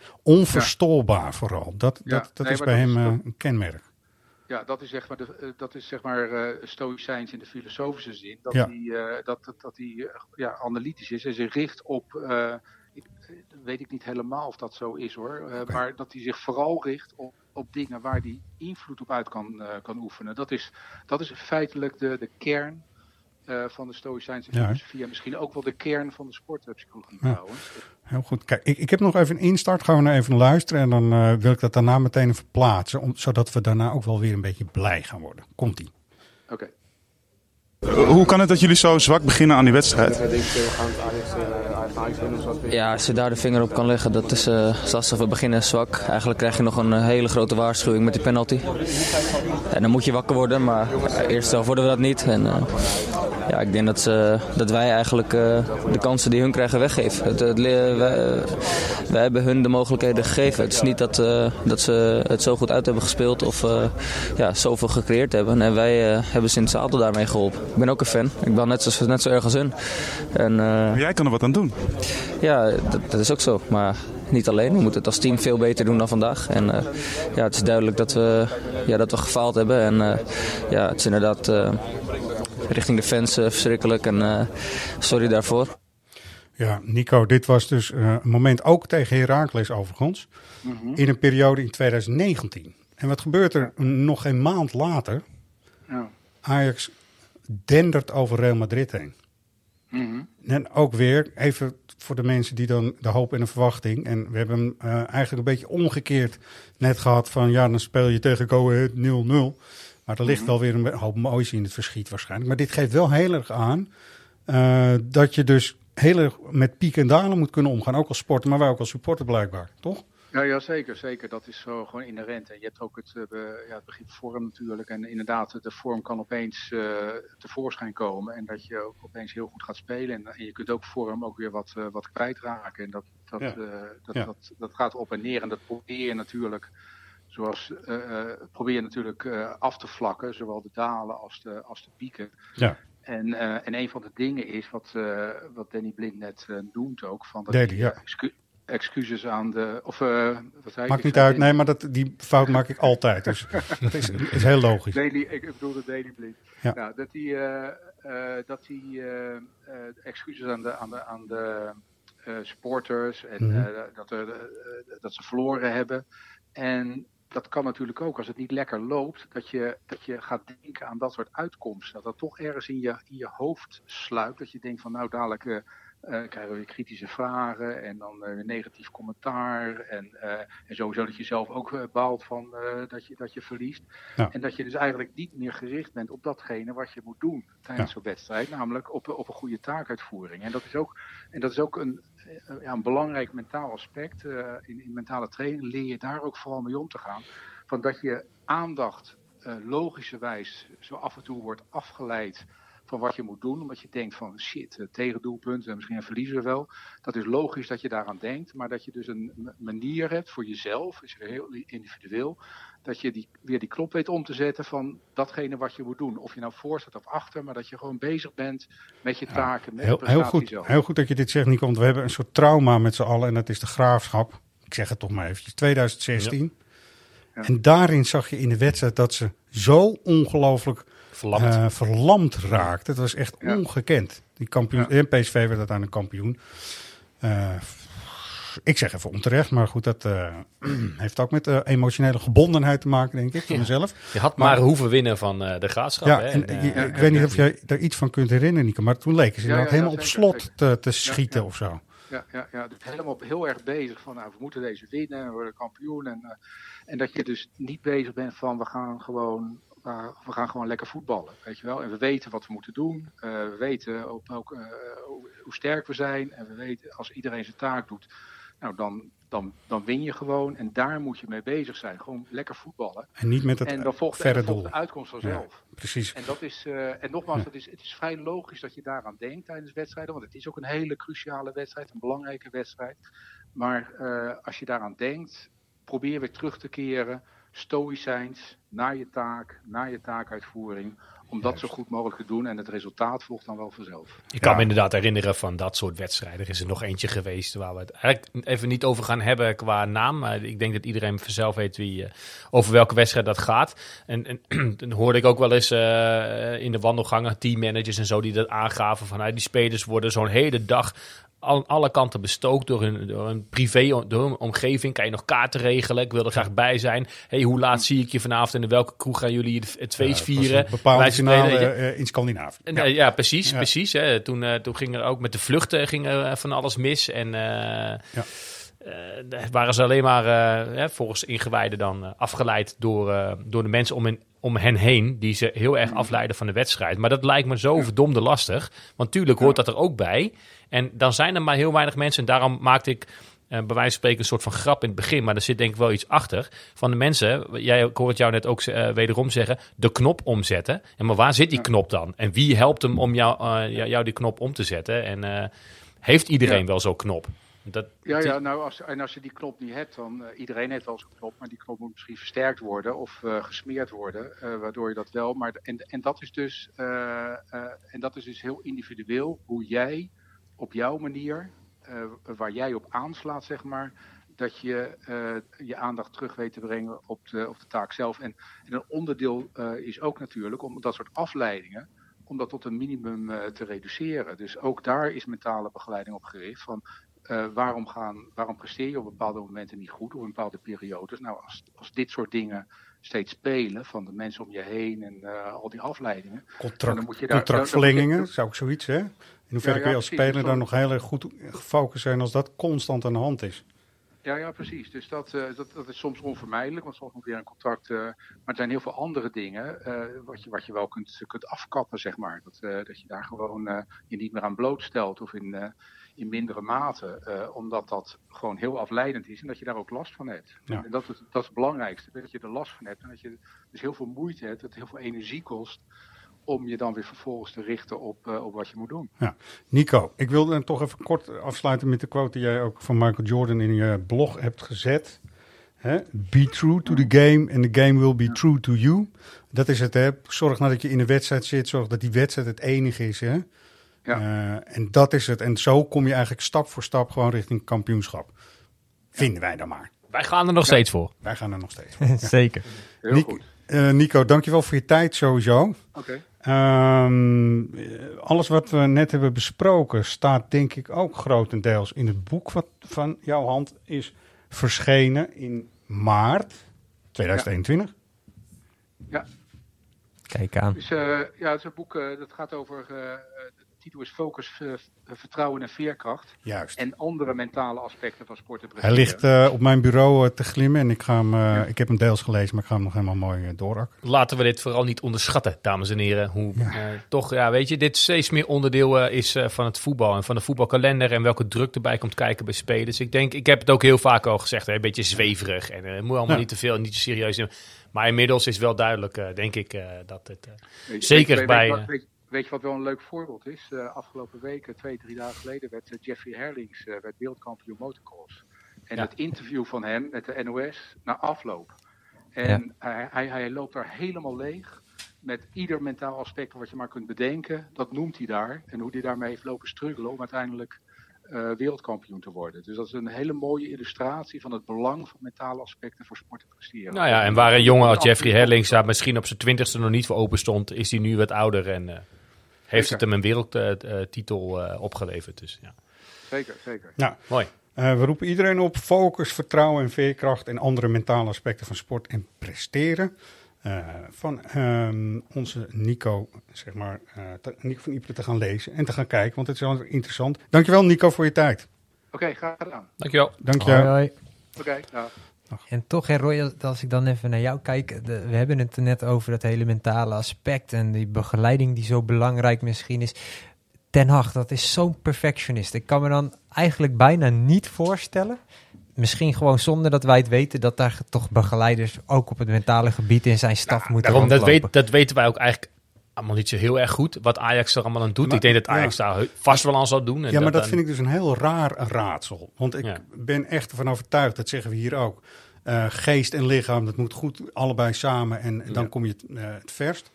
Speaker 5: Onverstoorbaar vooral. Dat is bij hem een kenmerk.
Speaker 8: Ja, dat is zeg maar stoïcijns in de filosofische zin. Dat hij analytisch is en zich richt op... weet ik niet helemaal of dat zo is hoor. Okay. Maar dat hij zich vooral richt op dingen waar hij invloed op uit kan oefenen. Dat is feitelijk de kern van de stoïcijnse filosofie. En misschien ook wel de kern van de sportpsychologie trouwens.
Speaker 5: Heel goed. Kijk, ik heb nog even een instart. Gaan we nou even luisteren. En dan wil ik dat daarna meteen verplaatsen. Zodat we daarna ook wel weer een beetje blij gaan worden. Komt-ie.
Speaker 8: Oké.
Speaker 10: Hoe kan het dat jullie zo zwak beginnen aan die wedstrijd?
Speaker 11: Ja, als je daar de vinger op kan leggen, dat is lastig. We beginnen zwak. Eigenlijk krijg je nog een hele grote waarschuwing met die penalty. En dan moet je wakker worden, maar eerst zelf worden we dat niet. En ik denk dat wij eigenlijk de kansen die hun krijgen weggeven. Wij hebben hun de mogelijkheden gegeven. Het is niet dat ze het zo goed uit hebben gespeeld of zoveel gecreëerd hebben. En wij hebben Sint Zadel daarmee geholpen. Ik ben ook een fan. Ik ben net zo erg als hun. En,
Speaker 10: jij kan er wat aan doen.
Speaker 11: Ja, dat is ook zo. Maar niet alleen. We moeten het als team veel beter doen dan vandaag. En het is duidelijk dat we gefaald hebben. En het is inderdaad richting de fans verschrikkelijk. En sorry daarvoor.
Speaker 5: Ja, Nico, dit was dus een moment ook tegen Heracles overigens. Mm-hmm. In een periode in 2019. En wat gebeurt er nog een maand later? Ja. Ajax dendert over Real Madrid heen. Mm-hmm. En ook weer, even voor de mensen die dan de hoop en de verwachting. En we hebben eigenlijk een beetje omgekeerd net gehad van... dan speel je tegen Go Ahead 0-0. Maar er ligt wel weer een hoop moois in het verschiet waarschijnlijk. Maar dit geeft wel heel erg aan dat je dus heel erg met piek en dalen moet kunnen omgaan. Ook als sporter, maar wij ook als supporter blijkbaar, toch?
Speaker 8: Ja, zeker. Dat is zo gewoon inherent. En je hebt ook het begrip vorm natuurlijk. En inderdaad, de vorm kan opeens tevoorschijn komen. En dat je ook opeens heel goed gaat spelen. En je kunt ook vorm ook weer wat kwijtraken. En dat gaat op en neer. En dat probeer je natuurlijk... probeer je natuurlijk af te vlakken, zowel de dalen als de pieken. Ja. En een van de dingen is wat Danny Blind net noemt ook, van dat excuses aan de... wat zei
Speaker 5: maakt niet uit, nee, maar die fout maak ik altijd. Dus dat is heel logisch.
Speaker 8: Ik bedoel de Danny Blind. Ja. Nou, dat hij excuses aan de supporters en dat ze verloren hebben. En dat kan natuurlijk ook als het niet lekker loopt, dat je gaat denken aan dat soort uitkomsten. Dat toch ergens in je hoofd sluipt. Dat je denkt van dadelijk krijgen we weer kritische vragen en dan weer negatief commentaar. En sowieso dat je zelf ook baalt van dat je verliest. Ja. En dat je dus eigenlijk niet meer gericht bent op datgene wat je moet doen tijdens zo'n wedstrijd. Namelijk op een goede taakuitvoering. En dat is ook een belangrijk mentaal aspect. In mentale training leer je daar ook vooral mee om te gaan. Van dat je aandacht logischerwijs zo af en toe wordt afgeleid van wat je moet doen. Omdat je denkt van shit, tegendoelpunt en misschien verliezen we wel. Dat is logisch dat je daaraan denkt. Maar dat je dus een manier hebt voor jezelf, is heel individueel. Dat je weer die knop weet om te zetten van datgene wat je moet doen. Of je nou voor staat of achter, maar dat je gewoon bezig bent met je taken, met de prestatie zelf.
Speaker 5: Heel goed dat je dit zegt, Nico, want we hebben een soort trauma met z'n allen en dat is de Graafschap. Ik zeg het toch maar eventjes, 2016. Ja. En daarin zag je in de wedstrijd dat ze zo ongelooflijk verlamd raakte. Het was echt ongekend. Die kampioen, en PSV werd uiteindelijk kampioen. Ik zeg even onterecht, maar goed, dat heeft ook met emotionele gebondenheid te maken, denk ik, van mezelf.
Speaker 6: Je had maar hoeven winnen van de Graafschap.
Speaker 5: Ja, ik weet niet of jij daar iets van kunt herinneren, Nico, maar toen leken ze inderdaad helemaal op slot te schieten of zo.
Speaker 8: Ja, dus helemaal heel erg bezig van, we moeten deze winnen, we worden kampioen. En dat je dus niet bezig bent van, we gaan gewoon lekker voetballen, weet je wel. En we weten wat we moeten doen. We weten ook hoe sterk we zijn. En we weten, als iedereen zijn taak doet, dan win je gewoon. En daar moet je mee bezig zijn. Gewoon lekker voetballen.
Speaker 5: En niet met het verre doel.
Speaker 8: De uitkomst vanzelf.
Speaker 5: Ja, precies.
Speaker 8: En dat is, en nogmaals, het is vrij logisch dat je daaraan denkt tijdens wedstrijden. Want het is ook een hele cruciale wedstrijd. Een belangrijke wedstrijd. Maar als je daaraan denkt, probeer weer terug te keren. Stoïcijns. naar je taak, naar je taakuitvoering, om dat zo goed mogelijk te doen en het resultaat volgt dan wel vanzelf.
Speaker 6: Ik kan me inderdaad herinneren van dat soort wedstrijden. Er is er nog eentje geweest waar we het eigenlijk even niet over gaan hebben qua naam. Maar ik denk dat iedereen vanzelf weet over welke wedstrijd dat gaat. En dan hoorde ik ook wel eens in de wandelgangen teammanagers en zo die dat aangaven van die spelers worden zo'n hele dag aan alle kanten bestookt door hun privé, door hun omgeving. Kan je nog kaarten regelen? Ik wil er graag bij zijn. Hey, hoe laat zie ik je vanavond en in welke kroeg gaan jullie het feest vieren?
Speaker 5: Een bepaalde finale in Scandinavië.
Speaker 6: Ja, precies. Hè. Toen ging er ook met de vluchten van alles mis. En waren ze alleen maar volgens ingewijden dan afgeleid door de mensen om hen heen, die ze heel erg afleiden van de wedstrijd. Maar dat lijkt me zo verdomde lastig. Want tuurlijk hoort dat er ook bij. En dan zijn er maar heel weinig mensen. En daarom maakte ik bij wijze van spreken een soort van grap in het begin. Maar er zit denk ik wel iets achter. Van de mensen, ik hoor het jou net ook wederom zeggen, de knop omzetten. En maar waar zit die knop dan? En wie helpt hem om jou die knop om te zetten? En heeft iedereen wel zo'n knop?
Speaker 8: Als je die knop niet hebt, dan iedereen heeft wel zo'n knop, maar die knop moet misschien versterkt worden of gesmeerd worden, waardoor je dat wel. Maar en dat is dus heel individueel hoe jij op jouw manier, waar jij op aanslaat, zeg maar, dat je je aandacht terug weet te brengen op de taak zelf. En een onderdeel is ook natuurlijk om dat soort afleidingen, om dat tot een minimum te reduceren. Dus ook daar is mentale begeleiding op gericht van waarom presteer je op bepaalde momenten niet goed, op bepaalde periodes. Nou, als dit soort dingen steeds spelen van de mensen om je heen en al die afleidingen.
Speaker 5: Contractverlengingen, zou ik zoiets, hè? In hoeverre kun je als speler dan nog heel erg goed gefocust zijn als dat constant aan de hand is?
Speaker 8: Ja, precies. Dus dat is soms onvermijdelijk, want soms moet je een contract. Maar er zijn heel veel andere dingen wat je wel kunt afkappen, zeg maar. Dat je daar gewoon je niet meer aan blootstelt of in mindere mate, omdat dat gewoon heel afleidend is en dat je daar ook last van hebt. Ja. En dat is het belangrijkste, dat je er last van hebt en dat je dus heel veel moeite hebt, dat het heel veel energie kost om je dan weer vervolgens te richten op wat je moet doen. Ja.
Speaker 5: Nico, ik wilde toch even kort afsluiten met de quote die jij ook van Michael Jordan in je blog hebt gezet. Be true to the game and the game will be true to you. Dat is het, hè. Zorg nou dat je in de wedstrijd zit, zorg dat die wedstrijd het enige is, hè. Ja. En dat is het. En zo kom je eigenlijk stap voor stap gewoon richting kampioenschap. Vinden wij dan maar.
Speaker 6: Wij gaan er nog steeds voor.
Speaker 5: Wij gaan er nog steeds voor.
Speaker 7: Zeker.
Speaker 8: Heel goed.
Speaker 5: Nico, dankjewel voor je tijd sowieso.
Speaker 8: Oké.
Speaker 5: Alles wat we net hebben besproken staat denk ik ook grotendeels in het boek wat van jouw hand is verschenen in maart 2021.
Speaker 8: Ja.
Speaker 7: Kijk aan.
Speaker 8: Dus, het is een boek dat gaat over, de titel is Focus, Vertrouwen en Veerkracht.
Speaker 5: Juist.
Speaker 8: En andere mentale aspecten van sport en presteren.
Speaker 5: Hij ligt op mijn bureau te glimmen en ik heb hem deels gelezen, maar ik ga hem nog helemaal mooi doorakken.
Speaker 6: Laten we dit vooral niet onderschatten, dames en heren. Hoe weet je, dit steeds meer onderdeel is van het voetbal en van de voetbalkalender en welke druk erbij komt kijken bij spelers. Ik heb het ook heel vaak al gezegd, een beetje zweverig en moet allemaal niet te veel, niet te serieus. Maar inmiddels is wel duidelijk, denk ik, dat het zeker bij...
Speaker 8: Weet je wat wel een leuk voorbeeld is? Afgelopen weken, 2-3 dagen geleden, werd Jeffrey Herlings wereldkampioen motocross. En het interview van hem met de NOS na afloop. En hij loopt daar helemaal leeg. Met ieder mentaal aspect wat je maar kunt bedenken. Dat noemt hij daar. En hoe hij daarmee heeft lopen struggelen om uiteindelijk wereldkampioen te worden. Dus dat is een hele mooie illustratie van het belang van mentale aspecten voor sport en presteren.
Speaker 6: Nou ja, en waar een jongen als Jeffrey Herlings daar misschien op zijn 20ste nog niet voor open stond, is hij nu wat ouder en heeft het hem een wereldtitel opgeleverd. Dus, ja.
Speaker 8: Zeker.
Speaker 5: Nou,
Speaker 6: mooi.
Speaker 5: We roepen iedereen op focus, vertrouwen en veerkracht en andere mentale aspecten van sport en presteren. Van onze Nico, zeg maar, Nico van Ieper te gaan lezen en te gaan kijken, want het is wel interessant. Dankjewel Nico voor je tijd.
Speaker 8: Oké, graag gedaan.
Speaker 6: Dankjewel.
Speaker 5: Dankjewel.
Speaker 8: Oké, dag.
Speaker 7: En toch, Roy, als ik dan even naar jou kijk, we hebben het er net over dat hele mentale aspect en die begeleiding die zo belangrijk misschien is. Ten Hag, dat is zo'n perfectionist. Ik kan me dan eigenlijk bijna niet voorstellen, misschien gewoon zonder dat wij het weten, dat daar toch begeleiders ook op het mentale gebied in zijn staf moeten rondlopen.
Speaker 6: Dat weten wij ook eigenlijk allemaal niet zo heel erg goed, wat Ajax er allemaal aan doet. Maar, ik denk dat Ajax daar vast wel aan zal doen.
Speaker 5: En maar dat vind ik dus een heel raar raadsel. Want ik ben echt ervan overtuigd, dat zeggen we hier ook. geest en lichaam, dat moet goed allebei samen en dan kom je het verst.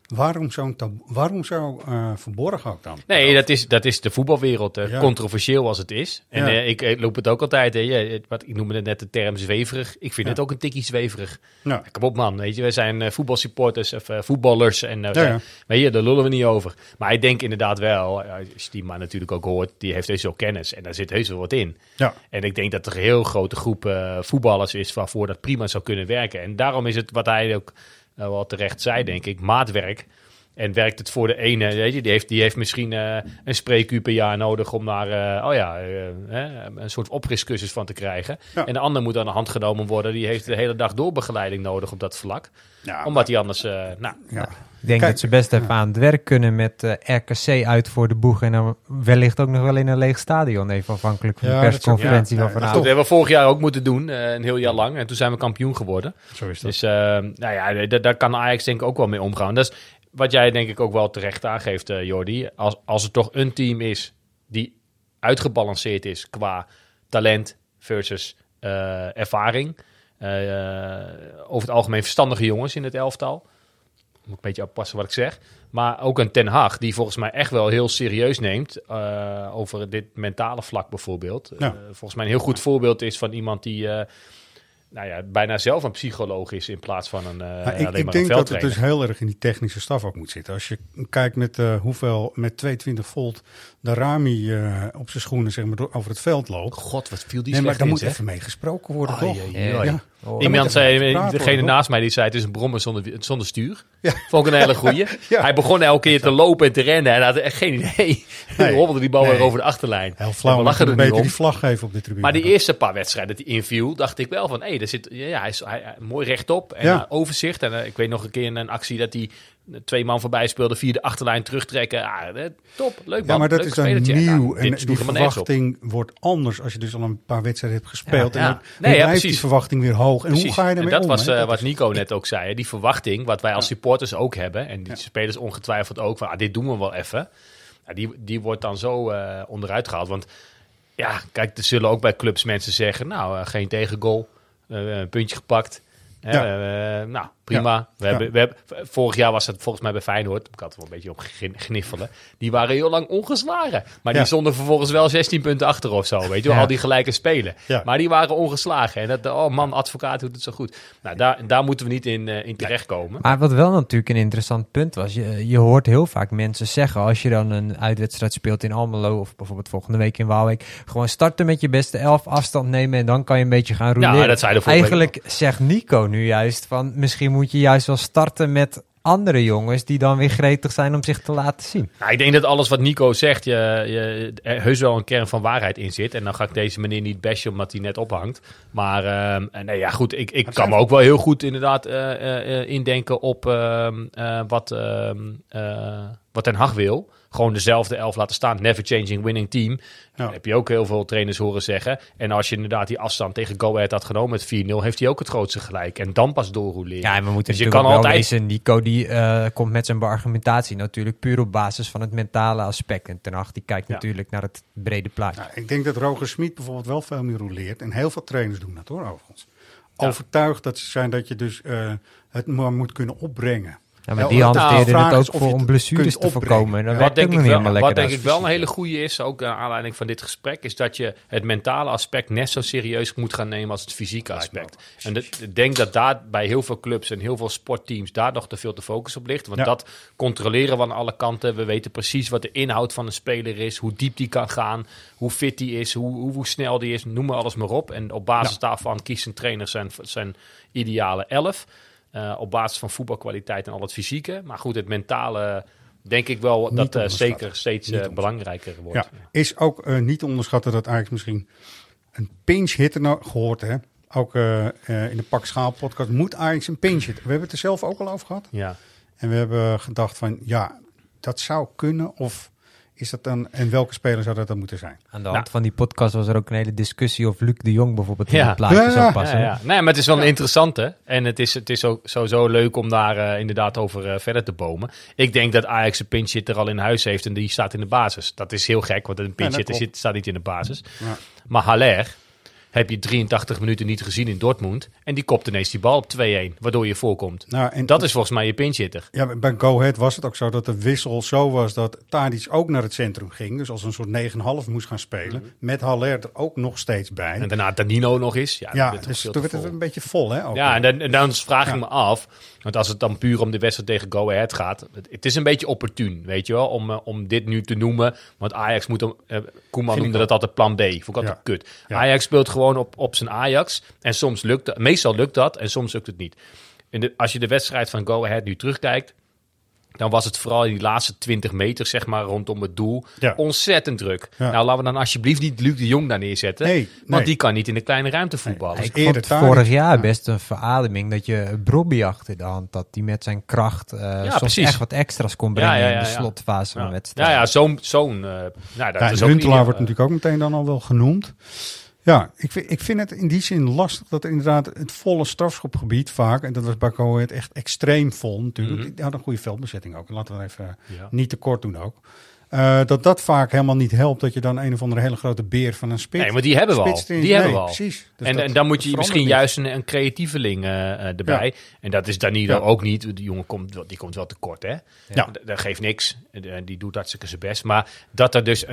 Speaker 5: Waarom zo verborgen ook dan?
Speaker 6: Nee, dat is de voetbalwereld, controversieel als het is. En ik loop het ook altijd. Hè. Ik noemde net de term zweverig. Ik vind het ook een tikkie zweverig. Ja. Kom op man, weet je. We zijn voetbalsupporters of voetballers. En maar hier, daar lullen we niet over. Maar ik denk inderdaad wel, als je die man natuurlijk ook hoort, die heeft heus wel kennis. En daar zit heus wel wat in. Ja. En ik denk dat er een heel grote groep voetballers is waarvoor dat prima zou kunnen werken. En daarom is het wat hij ook wel terecht zei, denk ik, maatwerk. En werkt het voor de ene, weet je, die heeft misschien een spreekuur per jaar nodig om daar een soort opfriscursus van te krijgen. Ja. En de ander moet aan de hand genomen worden. Die heeft de hele dag doorbegeleiding nodig op dat vlak. Ja, omdat hij anders...
Speaker 7: Ik denk dat ze best even aan het werk kunnen met RKC uit voor de boeg. En dan wellicht ook nog wel in een leeg stadion. Even afhankelijk van de persconferentie van vanavond.
Speaker 6: Dat hebben we vorig jaar ook moeten doen. Een heel jaar lang. En toen zijn we kampioen geworden.
Speaker 5: Zo is dat.
Speaker 6: Dus daar kan Ajax denk ik ook wel mee omgaan. Dat is wat jij denk ik ook wel terecht aangeeft, Jordi. Als er toch een team is die uitgebalanceerd is qua talent versus ervaring. Over het algemeen verstandige jongens in het elftal. Moet ik een beetje oppassen wat ik zeg. Maar ook een Ten Hag die volgens mij echt wel heel serieus neemt over dit mentale vlak bijvoorbeeld. Volgens mij een heel goed voorbeeld is van iemand die bijna zelf een psycholoog is in plaats van alleen maar een veldtrainer.
Speaker 5: Ik denk dat het dus heel erg in die technische staf ook moet zitten. Als je kijkt met hoeveel met 22 volt Daramy op zijn schoenen zeg maar, over het veld loopt.
Speaker 6: God, wat viel die
Speaker 5: slecht
Speaker 6: maar
Speaker 5: daar moet even mee gesproken worden, toch?
Speaker 6: Ja. Iemand zei, degene naast mij, die zei het is een brommer zonder stuur. Ja. Vond ik een hele goeie. Ja. Hij begon elke keer te lopen en te rennen en had echt geen idee. Hij hobbelde die bal weer over de achterlijn.
Speaker 5: Heel flauw, we lachen er beter die vlag geven op de tribune.
Speaker 6: Maar die eerste paar wedstrijden dat hij inviel, dacht ik wel van, daar zit, hij is mooi rechtop en overzicht. En ik weet nog een keer een actie dat hij 2 man voorbij speelde, via de achterlijn terugtrekken. Top, leuk man.
Speaker 5: Ja, maar dat
Speaker 6: leuk
Speaker 5: is dan nieuw. En die
Speaker 6: verwachting
Speaker 5: wordt anders als je dus al een paar wedstrijden hebt gespeeld. En dan blijft die verwachting weer hoog. En hoe ga je ermee om?
Speaker 6: En dat was wat Nico net ook zei. Hè? Die verwachting, wat wij als supporters ook hebben. En die spelers ongetwijfeld ook. Van, dit doen we wel even. Die wordt dan zo onderuit gehaald. Want kijk, er zullen ook bij clubs mensen zeggen, geen tegengoal. Een puntje gepakt. Prima. We hebben, vorig jaar was het volgens mij bij Feyenoord. Ik had er wel een beetje op gniffelen. Die waren heel lang ongeslagen. Maar die stonden vervolgens wel 16 punten achter of zo. Weet je wel, al die gelijke spelen. Ja. Maar die waren ongeslagen. En advocaat doet het zo goed. Daar moeten we niet in terechtkomen.
Speaker 7: Maar wat wel natuurlijk een interessant punt was. Je hoort heel vaak mensen zeggen, als je dan een uitwedstrijd speelt in Almelo of bijvoorbeeld volgende week in Waalwijk, gewoon starten met je beste 11, afstand nemen en dan kan je een beetje gaan roleren.
Speaker 6: Ja, dat zei de
Speaker 7: eigenlijk zegt Nico nu juist van, misschien moet je juist wel starten met andere jongens die dan weer gretig zijn om zich te laten zien.
Speaker 6: Ik denk dat alles wat Nico zegt, er heus wel een kern van waarheid in zit. En dan ga ik deze meneer niet bashen omdat hij net ophangt. Maar goed, ik kan me ook wel heel goed inderdaad indenken op wat Ten Hag wil. Gewoon dezelfde 11 laten staan. Never changing winning team. Dat heb je ook heel veel trainers horen zeggen. En als je inderdaad die afstand tegen Go Ahead had genomen met 4-0, heeft hij ook het grootste gelijk. En dan pas doorroleren.
Speaker 7: Ja, en we moeten dus je kan altijd lezen. Nico die komt met zijn argumentatie natuurlijk puur op basis van het mentale aspect. En Ten Hag die kijkt natuurlijk naar het brede plaatje.
Speaker 5: Ik denk dat Roger Smit bijvoorbeeld wel veel meer roleert. En heel veel trainers doen dat hoor, overigens. Overtuigd dat ze zijn dat je dus het maar moet kunnen opbrengen.
Speaker 7: Ja, maar die hanteerde het ook voor om blessures te voorkomen. En
Speaker 6: wat denk ik wel een hele goede is, ook naar aanleiding van dit gesprek, is dat je het mentale aspect net zo serieus moet gaan nemen als het fysieke aspect. En ik denk dat daar bij heel veel clubs en heel veel sportteams daar nog te veel te focus op ligt. Want dat controleren we aan alle kanten. We weten precies wat de inhoud van een speler is, hoe diep die kan gaan, hoe fit die is, hoe snel die is, noem maar alles maar op. En op basis daarvan kiest een trainer zijn ideale 11. Op basis van voetbalkwaliteit en al het fysieke. Maar goed, het mentale denk ik wel dat zeker steeds belangrijker wordt.
Speaker 5: Ja. Is ook niet te onderschatten dat eigenlijk misschien een pinch hitter gehoord hè. Ook in de Pak Schaal podcast moet Ajax een pinch hitter. We hebben het er zelf ook al over gehad.
Speaker 6: Ja.
Speaker 5: En we hebben gedacht van dat zou kunnen of is dat dan, en welke speler zou dat dan moeten zijn?
Speaker 7: Aan de hand van die podcast was er ook een hele discussie of Luc de Jong bijvoorbeeld in het plaatje zou passen.
Speaker 6: Ja. Nee, maar het is wel een interessante. En het is ook sowieso leuk om daar inderdaad over verder te bomen. Ik denk dat Ajax een pinch hitter al in huis heeft en die staat in de basis. Dat is heel gek, want een pinch hitter staat niet in de basis. Ja. Maar Haller heb je 83 minuten niet gezien in Dortmund. En die kopt ineens die bal op 2-1, waardoor je voorkomt.
Speaker 5: Nou, en
Speaker 6: dat is volgens mij je pinchhitter.
Speaker 5: Ja, bij Go Ahead was het ook zo dat de wissel zo was dat Tadic ook naar het centrum ging. Dus als een soort 9,5 moest gaan spelen. Met Haller er ook nog steeds bij.
Speaker 6: En daarna Danilo nog eens.
Speaker 5: Dus toen werd het een beetje vol. Hè, ook.
Speaker 6: Ja, en dan vraag ik me af. Want als het dan puur om de wedstrijd tegen Go Ahead gaat. Het is een beetje opportun, weet je wel. Om dit nu te noemen. Want Ajax moet Koeman noemde dat altijd plan B. Vond ik altijd kut. Ja. Ajax speelt gewoon op zijn Ajax. En soms lukt dat. Meestal lukt dat. En soms lukt het niet. Als je de wedstrijd van Go Ahead nu terugkijkt. Dan was het vooral in die laatste 20 meter, zeg maar, rondom het doel. Ontzettend druk. Ja. Nou, laten we dan alsjeblieft niet Luc de Jong daar neerzetten. Nee. Want die kan niet in de kleine ruimte voetballen.
Speaker 7: Ik vond het vorig jaar best een verademing dat je Brobby achter de hand had. Die met zijn kracht soms echt wat extra's kon brengen in de slotfase van de wedstrijd.
Speaker 6: Ja, zo'n dat is ook
Speaker 5: Huntelaar wordt natuurlijk ook meteen dan al wel genoemd. Ja, ik vind het in die zin lastig dat er inderdaad het volle strafschopgebied vaak, en dat was bij Go Ahead echt extreem vol natuurlijk. Die had een goede veldbezetting ook. Laten we even niet te kort doen ook. Dat vaak helemaal niet helpt dat je dan een of andere hele grote beer van een spits...
Speaker 6: Nee, maar die hebben we al. Hebben we al.
Speaker 5: Precies. Dus
Speaker 6: en dan moet je misschien juist een creatieveling erbij. Ja. En dat is Danilo ook niet. Die jongen komt wel tekort, hè? Ja. Dat geeft niks. Die doet hartstikke zijn best. Maar dat er dus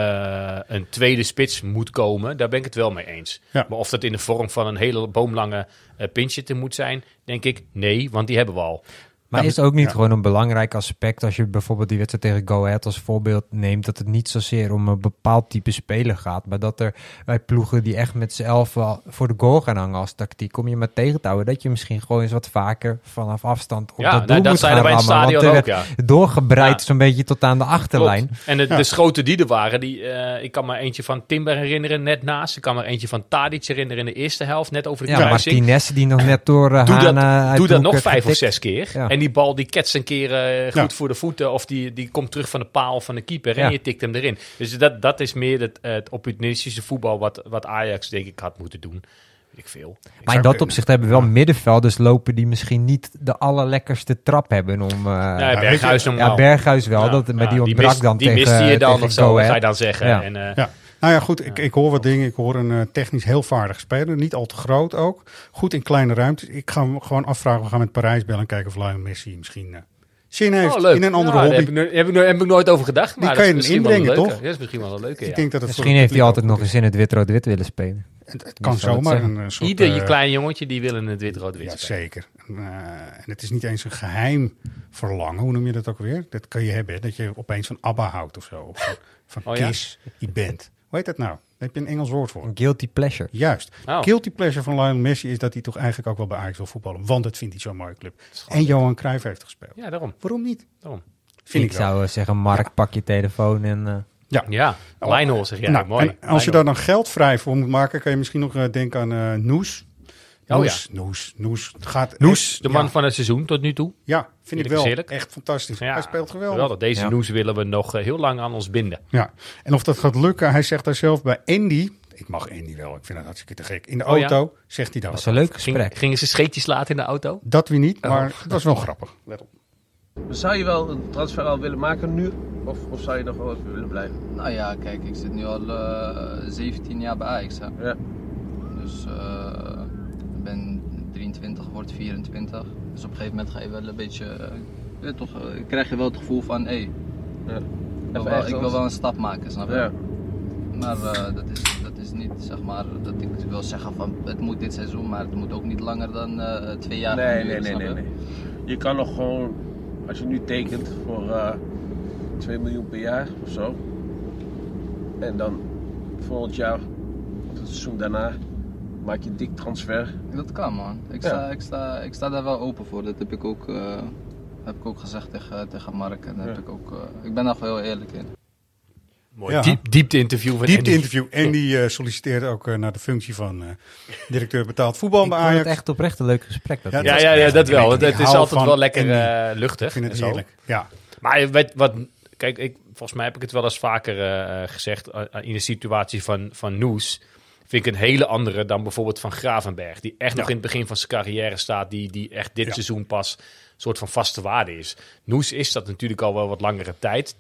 Speaker 6: een tweede spits moet komen, daar ben ik het wel mee eens. Ja. Maar of dat in de vorm van een hele boomlange pinchhitter moet zijn, denk ik nee, want die hebben we al.
Speaker 7: Maar is het ook niet gewoon een belangrijk aspect als je bijvoorbeeld die wedstrijd tegen Go Ahead als voorbeeld neemt, dat het niet zozeer om een bepaald type speler gaat, maar dat er bij ploegen die echt met z'n 11 voor de goal gaan hangen als tactiek, om je maar tegen te houden, dat je misschien gewoon eens wat vaker vanaf afstand op dat doel moet gaan rammen.
Speaker 6: Stadion
Speaker 7: want
Speaker 6: ook,
Speaker 7: doorgebreid zo'n beetje tot aan de achterlijn.
Speaker 6: Klopt. En de schoten die er waren, ik kan me eentje van Timber herinneren net naast, ik kan me eentje van Tadic herinneren in de eerste helft, net over de kruising.
Speaker 7: Ja, Martinez die nog net door
Speaker 6: doe dat nog 5 of 6 keer. Ja. En die bal die ketst een keer goed voor de voeten. Of die komt terug van de paal van de keeper. En je tikt hem erin. Dus dat is meer het opportunistische voetbal wat Ajax denk ik had moeten doen. Weet ik veel.
Speaker 7: Maar in dat opzicht hebben we wel middenvelders lopen die misschien niet de allerlekkerste trap hebben.
Speaker 6: Berghuis normaal.
Speaker 7: Ja, Berghuis wel. Maar die ontbrak dan tegen
Speaker 6: Die mist je dan of zo,
Speaker 7: wat
Speaker 6: ga je dan zeggen.
Speaker 5: Ja. Nou ja, goed, ik hoor wat dingen. Ik hoor een technisch heel vaardig speler. Niet al te groot ook. Goed in kleine ruimtes. Ik ga me gewoon afvragen. We gaan met Parijs bellen en kijken of Lionel Messi misschien zin heeft in een andere hobby.
Speaker 6: Daar heb ik nooit over gedacht. Maar
Speaker 5: die kan je dan inbrengen, toch?
Speaker 6: Dat is misschien wel een leuke,
Speaker 5: ik denk dat het
Speaker 7: misschien heeft hij altijd nog eens in het wit-rood-wit willen spelen.
Speaker 5: Het kan zomaar een soort...
Speaker 6: Ieder je klein jongetje die wil in het wit-rood-wit spelen.
Speaker 5: Zeker. En het is niet eens een geheim verlangen. Hoe noem je dat ook weer? Dat kan je hebben, dat je opeens van ABBA houdt of zo. Of van Kiss, die band. Hoe heet dat nou? Daar heb je een Engels woord voor.
Speaker 7: Een guilty pleasure.
Speaker 5: Juist. Guilty pleasure van Lionel Messi is dat hij toch eigenlijk ook wel bij Ajax wil voetballen. Want dat vindt hij zo'n mooie club. En Johan Cruijff heeft gespeeld.
Speaker 6: Ja, daarom.
Speaker 5: Waarom niet?
Speaker 6: Daarom.
Speaker 7: Ik zou zeggen, Mark, pak je telefoon en...
Speaker 6: Lionel zeg jij. Nou, mooi.
Speaker 5: En als je daar dan geld vrij voor moet maken, kan je misschien nog denken aan Noes. Noes,
Speaker 6: de man van het seizoen tot nu toe.
Speaker 5: Ja, vind ik wel echt fantastisch. Ja, hij speelt geweldig.
Speaker 6: Deze Noes willen we nog heel lang aan ons binden.
Speaker 5: Ja, en of dat gaat lukken, hij zegt daar zelf bij Andy. Ik mag Andy wel, ik vind dat hartstikke te gek. In de auto zegt hij dat.
Speaker 7: Dat is een leuk gesprek.
Speaker 6: Gingen ze scheetjes laten in de auto?
Speaker 5: Dat weer niet, maar het was wel grappig. Let op.
Speaker 12: Zou je wel een transfer al willen maken nu? Of zou je nog wel even willen blijven?
Speaker 13: Nou ja, kijk, ik zit nu al 17 jaar bij Ajax. Hè? Ja. Dus ik ben 23, word 24. Dus op een gegeven moment ga je wel een beetje... krijg je wel het gevoel van... ik wil wel een stap maken, snap je? Ja. Maar dat is niet, zeg maar, dat ik wil zeggen van... Het moet dit seizoen, maar het moet ook niet langer dan 2 jaar.
Speaker 12: Nee. Je kan nog gewoon... Als je nu tekent voor 2 miljoen per jaar of zo. En dan volgend jaar, of het seizoen daarna, maak je een dik transfer.
Speaker 13: Dat kan, man. Ik sta daar wel open voor. Dat heb ik ook gezegd tegen Mark. En ik ben daar wel heel eerlijk in.
Speaker 6: Mooi. Diepte-interview van
Speaker 5: Diepte-interview. En die solliciteerde ook naar de functie van directeur betaald voetbal bij Ajax. Ik vond
Speaker 7: het echt oprecht een leuk gesprek.
Speaker 6: Dat wel. Het is altijd wel lekker luchtig.
Speaker 5: Ik vind het heerlijk. Ja.
Speaker 6: Maar kijk, volgens mij heb ik het wel eens vaker gezegd. In de situatie van Noes vind ik een hele andere dan bijvoorbeeld van Gravenberg. Die echt nog in het begin van zijn carrière staat. Die echt dit seizoen pas een soort van vaste waarde is. Noes is dat natuurlijk al wel wat langere tijd.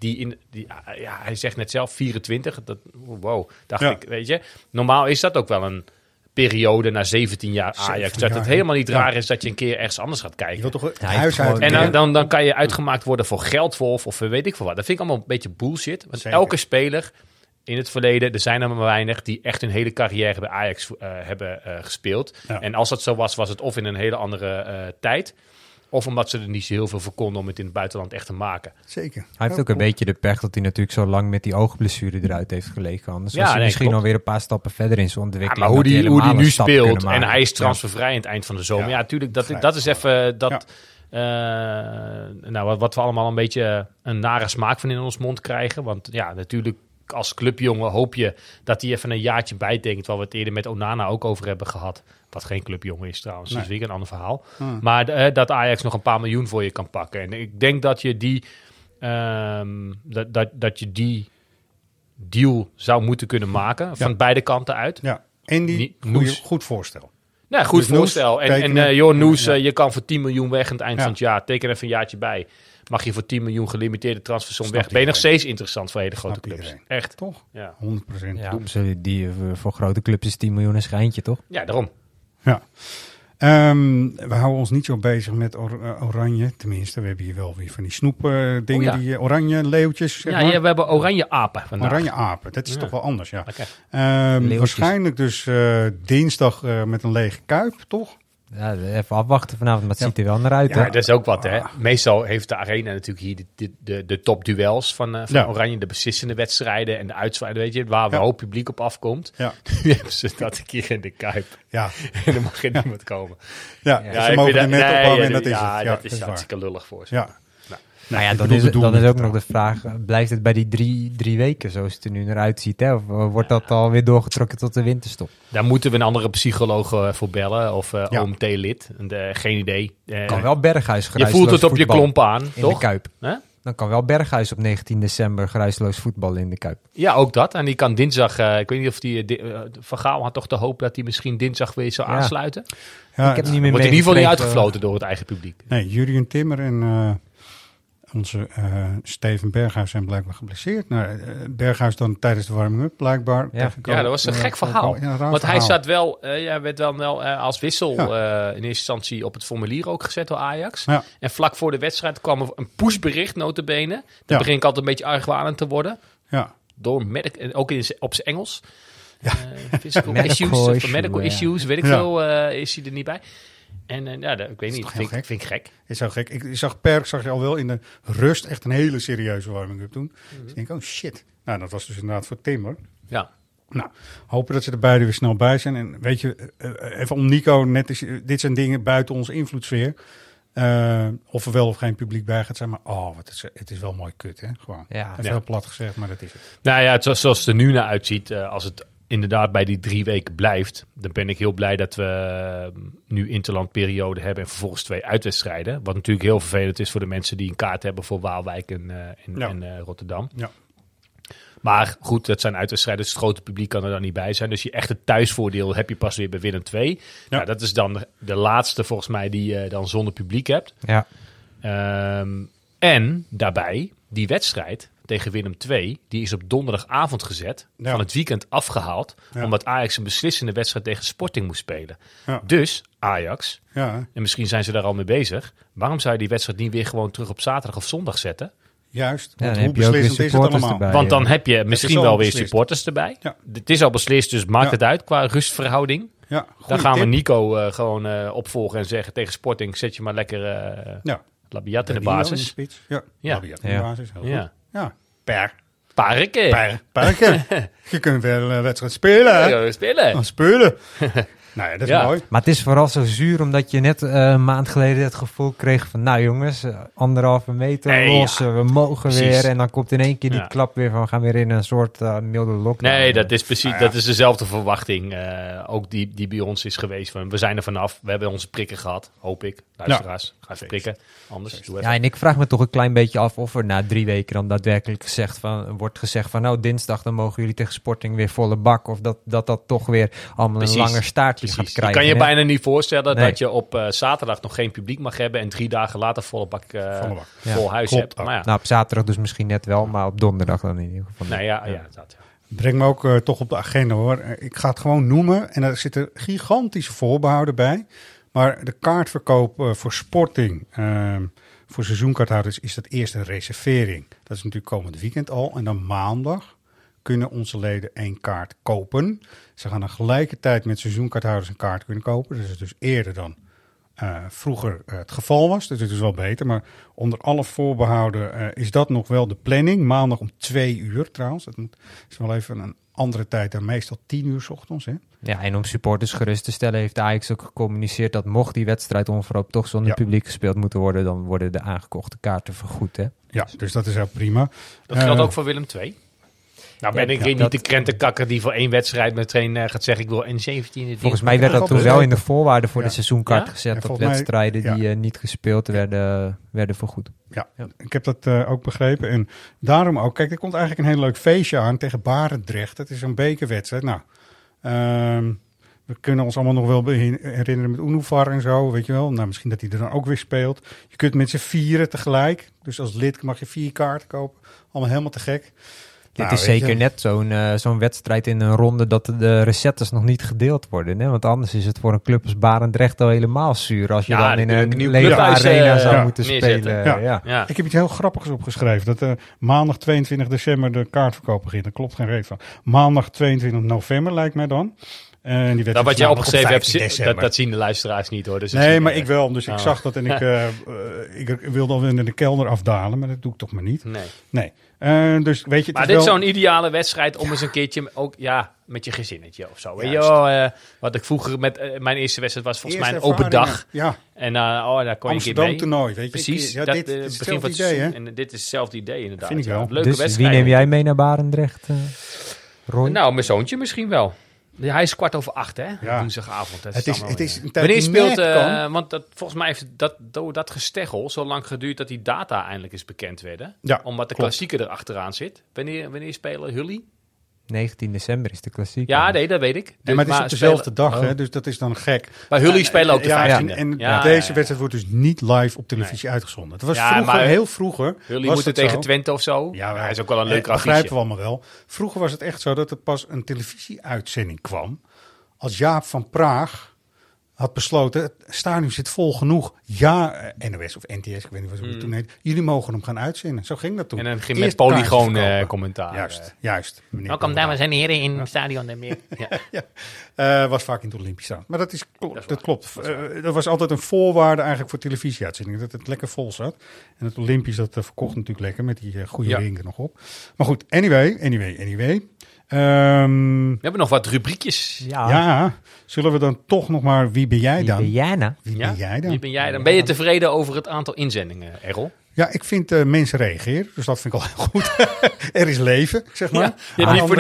Speaker 6: Hij zegt net zelf 24. Dacht ik, weet je. Normaal is dat ook wel een periode na 17 jaar Ajax. Dat het helemaal niet raar is dat je een keer ergens anders gaat kijken.
Speaker 5: Je wilt toch huis uit.
Speaker 6: En dan kan je uitgemaakt worden voor geldwolf of weet ik veel wat. Dat vind ik allemaal een beetje bullshit. Want elke speler in het verleden, er zijn er maar weinig die echt hun hele carrière bij Ajax hebben gespeeld. Ja. En als dat zo was het of in een hele andere tijd. Of omdat ze er niet zo heel veel voor konden om het in het buitenland echt te maken.
Speaker 5: Zeker.
Speaker 7: Hij heeft ook een beetje de pech dat hij natuurlijk zo lang met die oogblessure eruit heeft gelegen. Anders was hij misschien alweer een paar stappen verder in zijn ontwikkeling.
Speaker 6: Maar hoe die nu speelt en hij is transfervrij aan het eind van de zomer. Ja, natuurlijk, dat is even dat... wat we allemaal een beetje een nare smaak van in ons mond krijgen. Want ja, natuurlijk als clubjongen hoop je dat hij even een jaartje bijtekent. Waar we het eerder met Onana ook over hebben gehad. Wat geen clubjongen is trouwens. Dat is weer een ander verhaal. Maar dat Ajax nog een paar miljoen voor je kan pakken. En ik denk dat je die deal zou moeten kunnen maken. Van beide kanten uit.
Speaker 5: Ja, en goed voorstel.
Speaker 6: Ja, goed voorstel. Noes, je kan voor 10 miljoen weg aan het eind van het jaar. Teken even een jaartje bij. Mag je voor 10 miljoen gelimiteerde transfersom weg. Ben je nog steeds interessant voor hele grote clubs.
Speaker 5: Iedereen.
Speaker 6: Echt.
Speaker 5: Toch?
Speaker 6: Ja.
Speaker 5: 100%.
Speaker 7: Ja, voor grote clubs is 10 miljoen een schijntje, toch?
Speaker 6: Ja, daarom.
Speaker 5: Ja. We houden ons niet zo bezig met oranje. Tenminste, we hebben hier wel weer van die snoepdingen. Die oranje leeuwtjes. Zeg maar.
Speaker 6: We hebben oranje apen vandaag.
Speaker 5: Oranje apen, dat is toch wel anders, ja. Waarschijnlijk dus dinsdag met een lege kuip, toch?
Speaker 7: Ja, even afwachten vanavond, maar het ziet er wel naar uit.
Speaker 6: Ja, dat is ook wat, hè. Meestal heeft de Arena natuurlijk hier de topduels van Oranje, de beslissende wedstrijden en de uitzwaaien, weet je, waar een hoop publiek op afkomt. Ja. Nu hebben ze dat een keer in de Kuip. Ja. En dan mag er niemand komen.
Speaker 5: Ze mogen er net ophangen en dat is het. Ja,
Speaker 6: dat is hartstikke lullig voor ze.
Speaker 5: Ja.
Speaker 7: Nou ja, dan is ook nog de vraag, blijft het bij die drie weken zoals het er nu naar uitziet? Hè? Of wordt dat alweer doorgetrokken tot de winterstop?
Speaker 6: Daar moeten we een andere psycholoog voor bellen of OMT-lid. Geen idee.
Speaker 7: Kan wel Berghuis
Speaker 6: je voelt het op je klomp aan,
Speaker 7: in
Speaker 6: toch?
Speaker 7: De Kuip. Dan kan wel Berghuis op 19 december geruisloos voetballen in de Kuip.
Speaker 6: Ja, ook dat. En die kan dinsdag, ik weet niet of Van Gaal had toch de hoop dat hij misschien dinsdag weer zou aansluiten.
Speaker 5: Ja,
Speaker 6: ik heb niet meer wordt in ieder geval niet uitgefloten door het eigen publiek.
Speaker 5: Nee, Jurien Timmer en... Onze Steven Berghuis zijn blijkbaar geblesseerd. Berghuis dan tijdens de warming-up blijkbaar.
Speaker 6: Ja, dat was een gek verhaal. Want hij zat wel, werd wel als wissel in eerste instantie op het formulier ook gezet door Ajax. Ja. En vlak voor de wedstrijd kwam er een pushbericht notabene. Daar begin ik altijd een beetje argwanend te worden. Ja. Door ook op zijn Engels. Ja. Physical issues, medical issues, weet ik veel, is hij er niet bij. En ik weet niet, vind ik gek.
Speaker 5: Is zo gek. Ik zag Perk al wel in de rust echt een hele serieuze warming-up doen. Dus ik denk, oh shit. Nou, dat was dus inderdaad voor Timmer.
Speaker 6: Ja.
Speaker 5: Nou, hopen dat ze er beide weer snel bij zijn. En weet je, even om Nico, dit zijn dingen buiten onze invloedssfeer. Of er wel of geen publiek bij gaat zijn. Maar het is wel mooi kut, hè? Gewoon. Ja. Even heel plat gezegd, maar dat is het.
Speaker 6: Nou ja, zoals het er nu naar uitziet, als het inderdaad bij die 3 weken blijft, dan ben ik heel blij dat we nu interlandperiode hebben en vervolgens 2 uitwedstrijden. Wat natuurlijk heel vervelend is voor de mensen die een kaart hebben voor Waalwijk en Rotterdam. Ja. Maar goed, dat zijn uitwedstrijden, dus het grote publiek kan er dan niet bij zijn. Dus je echte thuisvoordeel heb je pas weer bij Willem II. Ja. Nou, dat is dan de laatste volgens mij die je dan zonder publiek hebt. Ja. En daarbij, die wedstrijd tegen Willem II, die is op donderdagavond gezet, van het weekend afgehaald, omdat Ajax een beslissende wedstrijd tegen Sporting moest spelen. Ja. Dus Ajax, en misschien zijn ze daar al mee bezig, waarom zou je die wedstrijd niet weer gewoon terug op zaterdag of zondag zetten?
Speaker 5: Juist, want hoe beslissend is het allemaal?
Speaker 6: Erbij, want dan heb je misschien wel weer supporters erbij. Ja. Het is al beslist, dus maakt het uit qua rustverhouding. Ja, dan gaan we Nico gewoon opvolgen en zeggen tegen Sporting, zet je maar lekker Labiat in de basis.
Speaker 5: Labiat in de basis, heel goed. Ja.
Speaker 6: Parken.
Speaker 5: Je kunt wel een wedstrijd spelen, hè? Spelen. Nou ja, dat is mooi.
Speaker 7: Maar het is vooral zo zuur, omdat je net een maand geleden het gevoel kreeg van, nou jongens, 1,5 meter los, we mogen weer. En dan komt in één keer die klap weer van, we gaan weer in een soort milde lockdown.
Speaker 6: Nee, dat is precies, dat is dezelfde verwachting. Ook die bij ons is geweest. Van, we zijn er vanaf, we hebben onze prikken gehad, hoop ik. Luisteraars, ga even prikken. Anders, doe even.
Speaker 7: Ja, en ik vraag me toch een klein beetje af of er na 3 weken dan daadwerkelijk wordt gezegd van, nou dinsdag dan mogen jullie tegen Sporting weer volle bak. Of dat toch weer allemaal een langer staartje gaat krijgen.
Speaker 6: Je kan je bijna niet voorstellen dat je op zaterdag nog geen publiek mag hebben en 3 dagen later volle bak vol huis hebt. Maar
Speaker 7: nou, op zaterdag dus misschien net wel, maar op donderdag dan in ieder geval.
Speaker 6: Nou ja, dat.
Speaker 5: Breng me ook toch op de agenda hoor. Ik ga het gewoon noemen en er zitten gigantische voorbehouden bij. Maar de kaartverkoop voor Sporting, voor seizoenkaarthouders, is dat eerst een reservering. Dat is natuurlijk komend weekend al. En dan maandag kunnen onze leden 1 kaart kopen. Ze gaan dan gelijkertijd met seizoenkaarthouders een kaart kunnen kopen. Dat is dus eerder dan vroeger het geval was. Dus het is wel beter. Maar onder alle voorbehouden is dat nog wel de planning. Maandag om 2:00 trouwens. Dat is wel even een andere tijd dan meestal 10:00 's ochtends. Hè?
Speaker 7: Ja, en om supporters gerust te stellen heeft de Ajax ook gecommuniceerd dat mocht die wedstrijd onverhoopt toch zonder publiek gespeeld moeten worden, dan worden de aangekochte kaarten vergoed. Hè?
Speaker 5: Ja, dus dat is heel prima.
Speaker 6: Dat geldt ook voor Willem II. Nou ben ik niet de krentenkakker die voor 1 wedstrijd meteen gaat zeggen ik wil een 17e.
Speaker 7: Volgens mij werd dat toen wel in de voorwaarden voor de seizoenkaart gezet dat wedstrijden die niet gespeeld werden vergoed.
Speaker 5: Ja, ik heb dat ook begrepen. En daarom ook, kijk, er komt eigenlijk een heel leuk feestje aan tegen Barendrecht. Dat is een bekerwedstrijd. Nou, we kunnen ons allemaal nog wel herinneren met Unifar en zo, weet je wel. Nou, misschien dat hij er dan ook weer speelt. Je kunt met z'n 4 tegelijk. Dus als lid mag je 4 kaarten kopen. Allemaal helemaal te gek.
Speaker 7: Dit is zeker net zo'n wedstrijd in een ronde dat de recettes nog niet gedeeld worden. Hè? Want anders is het voor een club als Barendrecht al helemaal zuur. Als je dan in een lege arena zou moeten spelen. Ja.
Speaker 5: Ik heb iets heel grappigs opgeschreven. Dat maandag 22 december de kaartverkoop begint. Daar klopt geen reet van. Maandag 22 november lijkt mij dan.
Speaker 6: Dat wat jij opgeschreven hebt, dat zien de luisteraars niet hoor. Dus
Speaker 5: nee, maar ik wel. Dus ik zag dat en ik wilde alweer in de kelder afdalen. Maar dat doe ik toch maar niet. Nee. Dus weet je,
Speaker 6: maar dit is zo'n ideale wedstrijd om eens een keertje ook met je gezinnetje of zo. Weet je, wat ik vroeger met mijn eerste wedstrijd was volgens mij een open dag. Ja. En daar kon je een keer mee.
Speaker 5: Toernooi, weet je.
Speaker 6: Precies.
Speaker 5: Dit is begin van het
Speaker 6: idee, hè? En dit is hetzelfde idee inderdaad.
Speaker 5: Vind ik wel.
Speaker 6: Leuke
Speaker 7: dus
Speaker 6: wedstrijd.
Speaker 7: Wie neem jij mee naar Barendrecht, Roy?
Speaker 6: Nou, mijn zoontje misschien wel. Hij is 7:15, hè?
Speaker 5: Ja.
Speaker 6: Woensdagavond.
Speaker 5: Het is een tijd
Speaker 6: wanneer speelt, want volgens mij heeft dat gesteggel zo lang geduurd dat die data eindelijk eens bekend werden.
Speaker 5: Ja,
Speaker 6: omdat de klassieker erachteraan zit. Wanneer spelen Hully?
Speaker 7: 19 december is de klassieker.
Speaker 6: Ja, nee, dat weet ik. Dus,
Speaker 5: maar het is op dezelfde dag, hè, dus dat is dan gek.
Speaker 6: Maar Hully spelen ook de 15e.
Speaker 5: En deze wedstrijd wordt dus niet live op televisie uitgezonden. Dat was vroeger, heel vroeger.
Speaker 6: Hully moet tegen Twente of zo.
Speaker 5: Ja,
Speaker 6: hij is ook wel een leuk affiche.
Speaker 5: Begrijpen we allemaal wel. Vroeger was het echt zo dat er pas een televisieuitzending kwam als Jaap van Praag had besloten, het stadion zit vol genoeg. Ja, NOS of NTS, ik weet niet wat het toen heet. Jullie mogen hem gaan uitzenden. Zo ging dat toen.
Speaker 6: En dan ging met Polygoon commentaar.
Speaker 5: Juist.
Speaker 6: Welkom dames en heren in het stadion en meer.
Speaker 5: Was vaak in het Olympisch Stadion. Maar dat klopt. Dat was altijd een voorwaarde eigenlijk voor televisieuitzendingen. Dat het lekker vol zat. En het Olympisch, dat verkocht natuurlijk lekker met die goede ring er nog op. Maar goed, anyway.
Speaker 6: We hebben nog wat rubriekjes.
Speaker 5: Ja, zullen we dan toch nog maar Wie ben jij dan?
Speaker 7: Wie
Speaker 6: ben jij dan? Ben je tevreden over het aantal inzendingen, Errol?
Speaker 5: Ja, ik vind mensen reageren, dus dat vind ik al heel goed. Er is leven, zeg maar.
Speaker 6: Ja, je hebt niet voor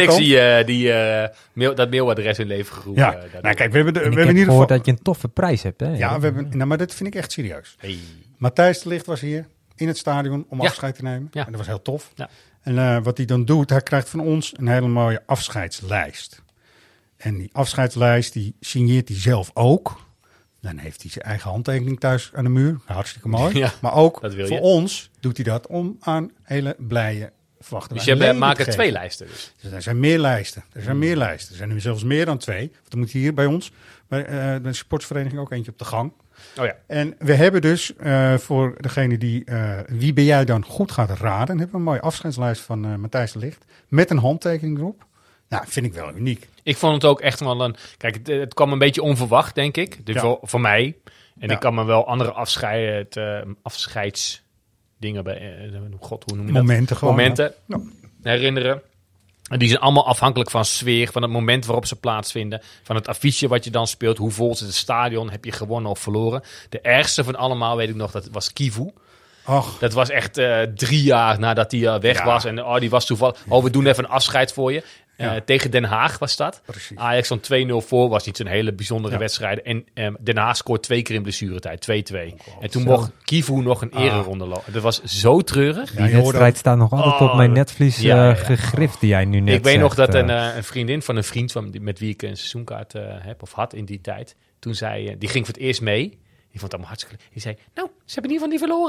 Speaker 6: niks dat mailadres in leven geroepen.
Speaker 5: Ja, nou kijk, we hebben in
Speaker 7: ieder
Speaker 5: geval
Speaker 7: gehoord dat je een toffe prijs hebt. Hè?
Speaker 5: Ja, maar dat vind ik echt serieus. Hey. Matthijs de Ligt was hier in het stadion om afscheid te nemen. Ja. En dat was heel tof. Ja. En wat hij dan doet, hij krijgt van ons een hele mooie afscheidslijst. En die afscheidslijst, die signeert hij zelf ook. Dan heeft hij zijn eigen handtekening thuis aan de muur. Hartstikke mooi. Ja, maar ook voor ons doet hij dat om aan hele blije verwachten.
Speaker 6: Dus je maakt 2 lijsten dus?
Speaker 5: Er zijn meer lijsten. Er zijn nu zelfs meer dan 2. Want dan moet hier bij ons, bij de sportsvereniging, ook eentje op de gang.
Speaker 6: Oh ja.
Speaker 5: En we hebben dus voor degene die Wie ben jij dan goed gaat raden, hebben we een mooie afscheidslijst van Matthijs de Ligt met een handtekening erop. Nou, vind ik wel uniek.
Speaker 6: Ik vond het ook echt wel een... Kijk, het kwam een beetje onverwacht, denk ik. Dus voor mij. En ik kan me wel andere afscheidsdingen bij... God, hoe noem je
Speaker 5: Momenten
Speaker 6: dat?
Speaker 5: Gewoon,
Speaker 6: Momenten herinneren. En die zijn allemaal afhankelijk van sfeer, van het moment waarop ze plaatsvinden, van het affiche wat je dan speelt, hoe vol zit het stadion, heb je gewonnen of verloren. De ergste van allemaal, weet ik nog, dat was Kivu.
Speaker 5: Och.
Speaker 6: Dat was echt 3 jaar nadat hij weg was. En die was toevallig... we doen even een afscheid voor je. Tegen Den Haag was dat.
Speaker 5: Precies.
Speaker 6: Ajax stond 2-0 voor. Was niet zo'n hele bijzondere wedstrijd. En Den Haag scoort 2 keer in blessuretijd. 2-2. En toen mocht Kivu nog een ereronde lopen. Dat was zo treurig.
Speaker 7: Die wedstrijd staat nog altijd op mijn netvlies gegrift die jij nu net
Speaker 6: Ik weet nog dat een vriendin van een vriend met wie ik een seizoenkaart heb of had in die tijd. Toen zei die ging voor het eerst mee. Die vond het allemaal hartstikke... Die zei, nou, ze hebben in ieder geval niet verloren.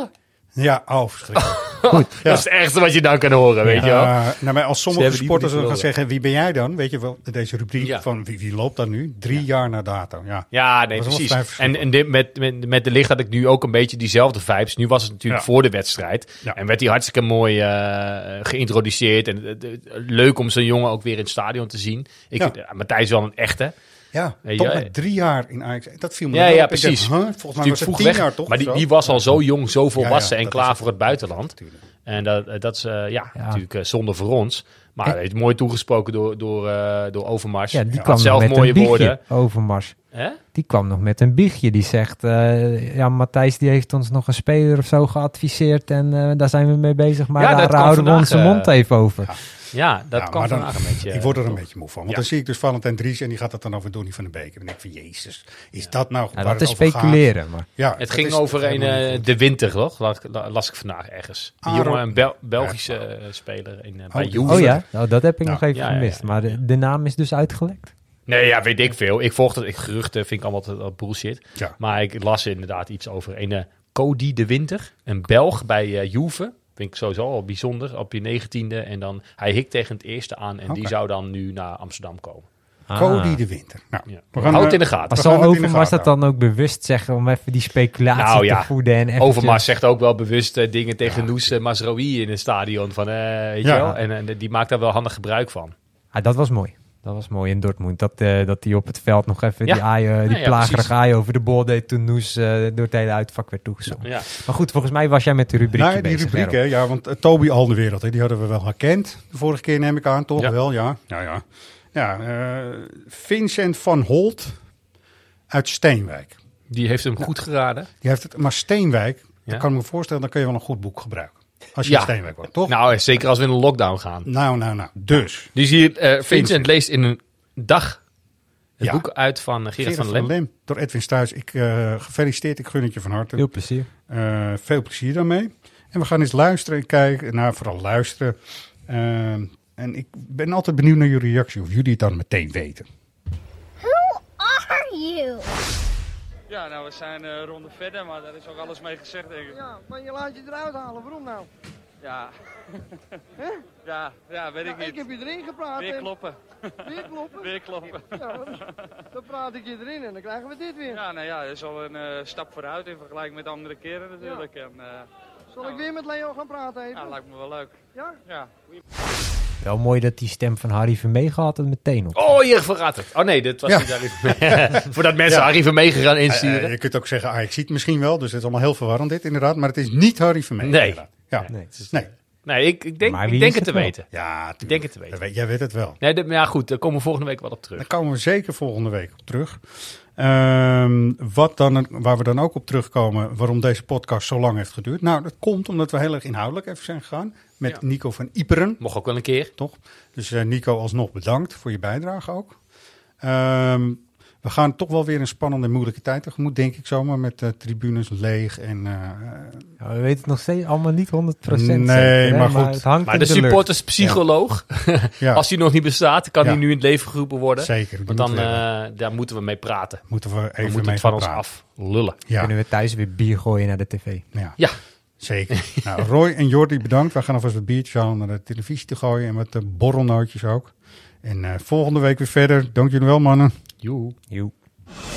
Speaker 5: Ja, verschrikkelijk.
Speaker 6: Goed. Ja. Dat is het ergste wat je dan kan horen, weet je wel.
Speaker 5: Nou, maar als sommige sporters dan gaan zeggen, wie ben jij dan? Weet je wel, deze rubriek van wie loopt dan nu? 3 jaar na dato.
Speaker 6: Ja, nee, precies. En met de licht had ik nu ook een beetje diezelfde vibes. Nu was het natuurlijk voor de wedstrijd. Ja. En werd hij hartstikke mooi geïntroduceerd. En leuk om zo'n jongen ook weer in het stadion te zien. Matthijs is wel een echte.
Speaker 5: Ja, toch met 3 jaar in Ajax. Dat viel me
Speaker 6: Ja, precies.
Speaker 5: Dacht, volgens mij was het 10 jaar toch?
Speaker 6: Maar die was al zo jong, zo volwassen en klaar voor het buitenland. En dat is natuurlijk zonde voor ons. Maar hij heeft mooi toegesproken door Overmars.
Speaker 7: Ja, die kwam zelf met mooie een woorden. Overmars. Die kwam nog met een biechtje. Die zegt, Matthijs die heeft ons nog een speler of zo geadviseerd. En daar zijn we mee bezig. Maar daar houden we onze mond even over.
Speaker 6: Ja, dat kan vandaag een beetje.
Speaker 5: Ik word er een beetje moe van. Want dan zie ik dus Valentijn Dries en die gaat dat dan over Donny van den Beek. En dan denk ik van, jezus, is dat nou waar
Speaker 7: dat is speculeren. Maar.
Speaker 5: Ja,
Speaker 6: het ging over de winter, toch? Las ik vandaag ergens. Die jongen, een Belgische speler bij Juve.
Speaker 7: Oh ja, dat heb ik nog even gemist. Maar de naam is dus uitgelekt.
Speaker 6: Nee, weet ik veel. Ik volg het. Geruchten vind ik allemaal bullshit. Ja. Maar ik las inderdaad iets over een Cody de Winter. Een Belg bij Juve. Vind ik sowieso al bijzonder, op je 19e. En dan, hij hikt tegen het eerste aan en die zou dan nu naar Amsterdam komen.
Speaker 5: Cody de Winter. Nou,
Speaker 6: we gaan het in de gaten.
Speaker 7: Maar zal Overmars dat dan ook bewust zeggen om even die speculatie te voeden? En eventjes...
Speaker 6: Overmars zegt ook wel bewust dingen tegen Noes Mazraoui in het stadion. Weet je wel? En die maakt daar wel handig gebruik van.
Speaker 7: Dat was mooi. Dat was mooi in Dortmund. Dat hij op het veld nog even die plagerige aai over de bol deed toen Noes door het hele uitvak werd toegezongen. Ja. Maar goed, volgens mij was jij met de rubriek bezig.
Speaker 5: Die rubriek, want Toby Alderwereld, die hadden we wel herkend. De vorige keer neem ik aan, toch? Ja. Wel, ja. Vincent van Holt uit Steenwijk.
Speaker 6: Die heeft hem goed geraden.
Speaker 5: Maar Steenwijk, dat kan ik me voorstellen, dan kun je wel een goed boek gebruiken. Als je in Steenwijk wordt, toch?
Speaker 6: Nou, zeker als we in een lockdown gaan.
Speaker 5: Nou. Dus.
Speaker 6: Dus hier, Vincent leest in een dag het boek uit van Gerard van der Lem.
Speaker 5: Door Edwin Stuys. Gefeliciteerd, ik gun het je van harte.
Speaker 7: Heel plezier.
Speaker 5: Veel plezier daarmee. En we gaan eens luisteren en kijken. Vooral luisteren. En ik ben altijd benieuwd naar jullie reactie. Of jullie het dan meteen weten.
Speaker 14: Who are you?
Speaker 15: Ja, nou, we zijn een ronde verder, maar daar is ook alles mee gezegd, denk ik.
Speaker 16: Ja, maar je laat je eruit halen. Waarom nou?
Speaker 15: Ja. Ja, weet ik niet.
Speaker 16: Ik heb je erin gepraat.
Speaker 15: Weer kloppen.
Speaker 16: Weer kloppen?
Speaker 15: Weer kloppen.
Speaker 16: Ja, dan praat ik je erin en dan krijgen we dit weer.
Speaker 15: Ja, nou ja, dat is al een stap vooruit in vergelijking met andere keren natuurlijk. Ja.
Speaker 16: Zal ik weer met Leo gaan praten even?
Speaker 15: Ja, lijkt me wel leuk.
Speaker 16: Ja?
Speaker 15: Ja.
Speaker 7: Wel mooi dat die stem van Harry Vermegen had het meteen op.
Speaker 6: Oh, je verraadt het. Oh nee, dit was niet Harry Vermegen. Voordat mensen Harry Vermegen gaan insturen.
Speaker 5: Je kunt ook zeggen, ik zie het misschien wel. Dus het is allemaal heel verwarrend dit inderdaad. Maar het is niet Harry Vermegen.
Speaker 6: Nee.
Speaker 5: Nee,
Speaker 6: ik denk het te weten.
Speaker 5: Ja,
Speaker 6: ik denk het te weten.
Speaker 5: Jij weet het wel.
Speaker 6: Nee, maar goed, daar komen we volgende week wel op terug.
Speaker 5: Daar komen we zeker volgende week op terug. Waar we dan ook op terugkomen, waarom deze podcast zo lang heeft geduurd. Nou, dat komt omdat we heel erg inhoudelijk even zijn gegaan. Met Nico van Iperen.
Speaker 6: Mocht ook wel een keer.
Speaker 5: Toch? Dus Nico, alsnog bedankt voor je bijdrage ook. We gaan toch wel weer een spannende en moeilijke tijd tegemoet, denk ik zomaar. Met tribunes leeg en...
Speaker 7: we weten het nog steeds allemaal niet 100%.
Speaker 5: Nee, maar goed.
Speaker 7: Maar, het hangt
Speaker 6: maar de supporterspsycholoog, als die nog niet bestaat, kan die nu in het leven geroepen worden.
Speaker 5: Zeker.
Speaker 6: Want dan daar moeten we mee praten.
Speaker 5: Moeten we even
Speaker 6: moeten
Speaker 5: mee
Speaker 6: van
Speaker 5: praten.
Speaker 6: ons af lullen.
Speaker 7: Ja. Kunnen we thuis weer bier gooien naar de tv.
Speaker 6: Ja.
Speaker 5: Zeker. Nou, Roy en Jordi, bedankt. We gaan alvast wat biertjes halen naar de televisie te gooien. En wat borrelnootjes ook. En volgende week weer verder. Dank jullie wel, mannen.
Speaker 6: Joe.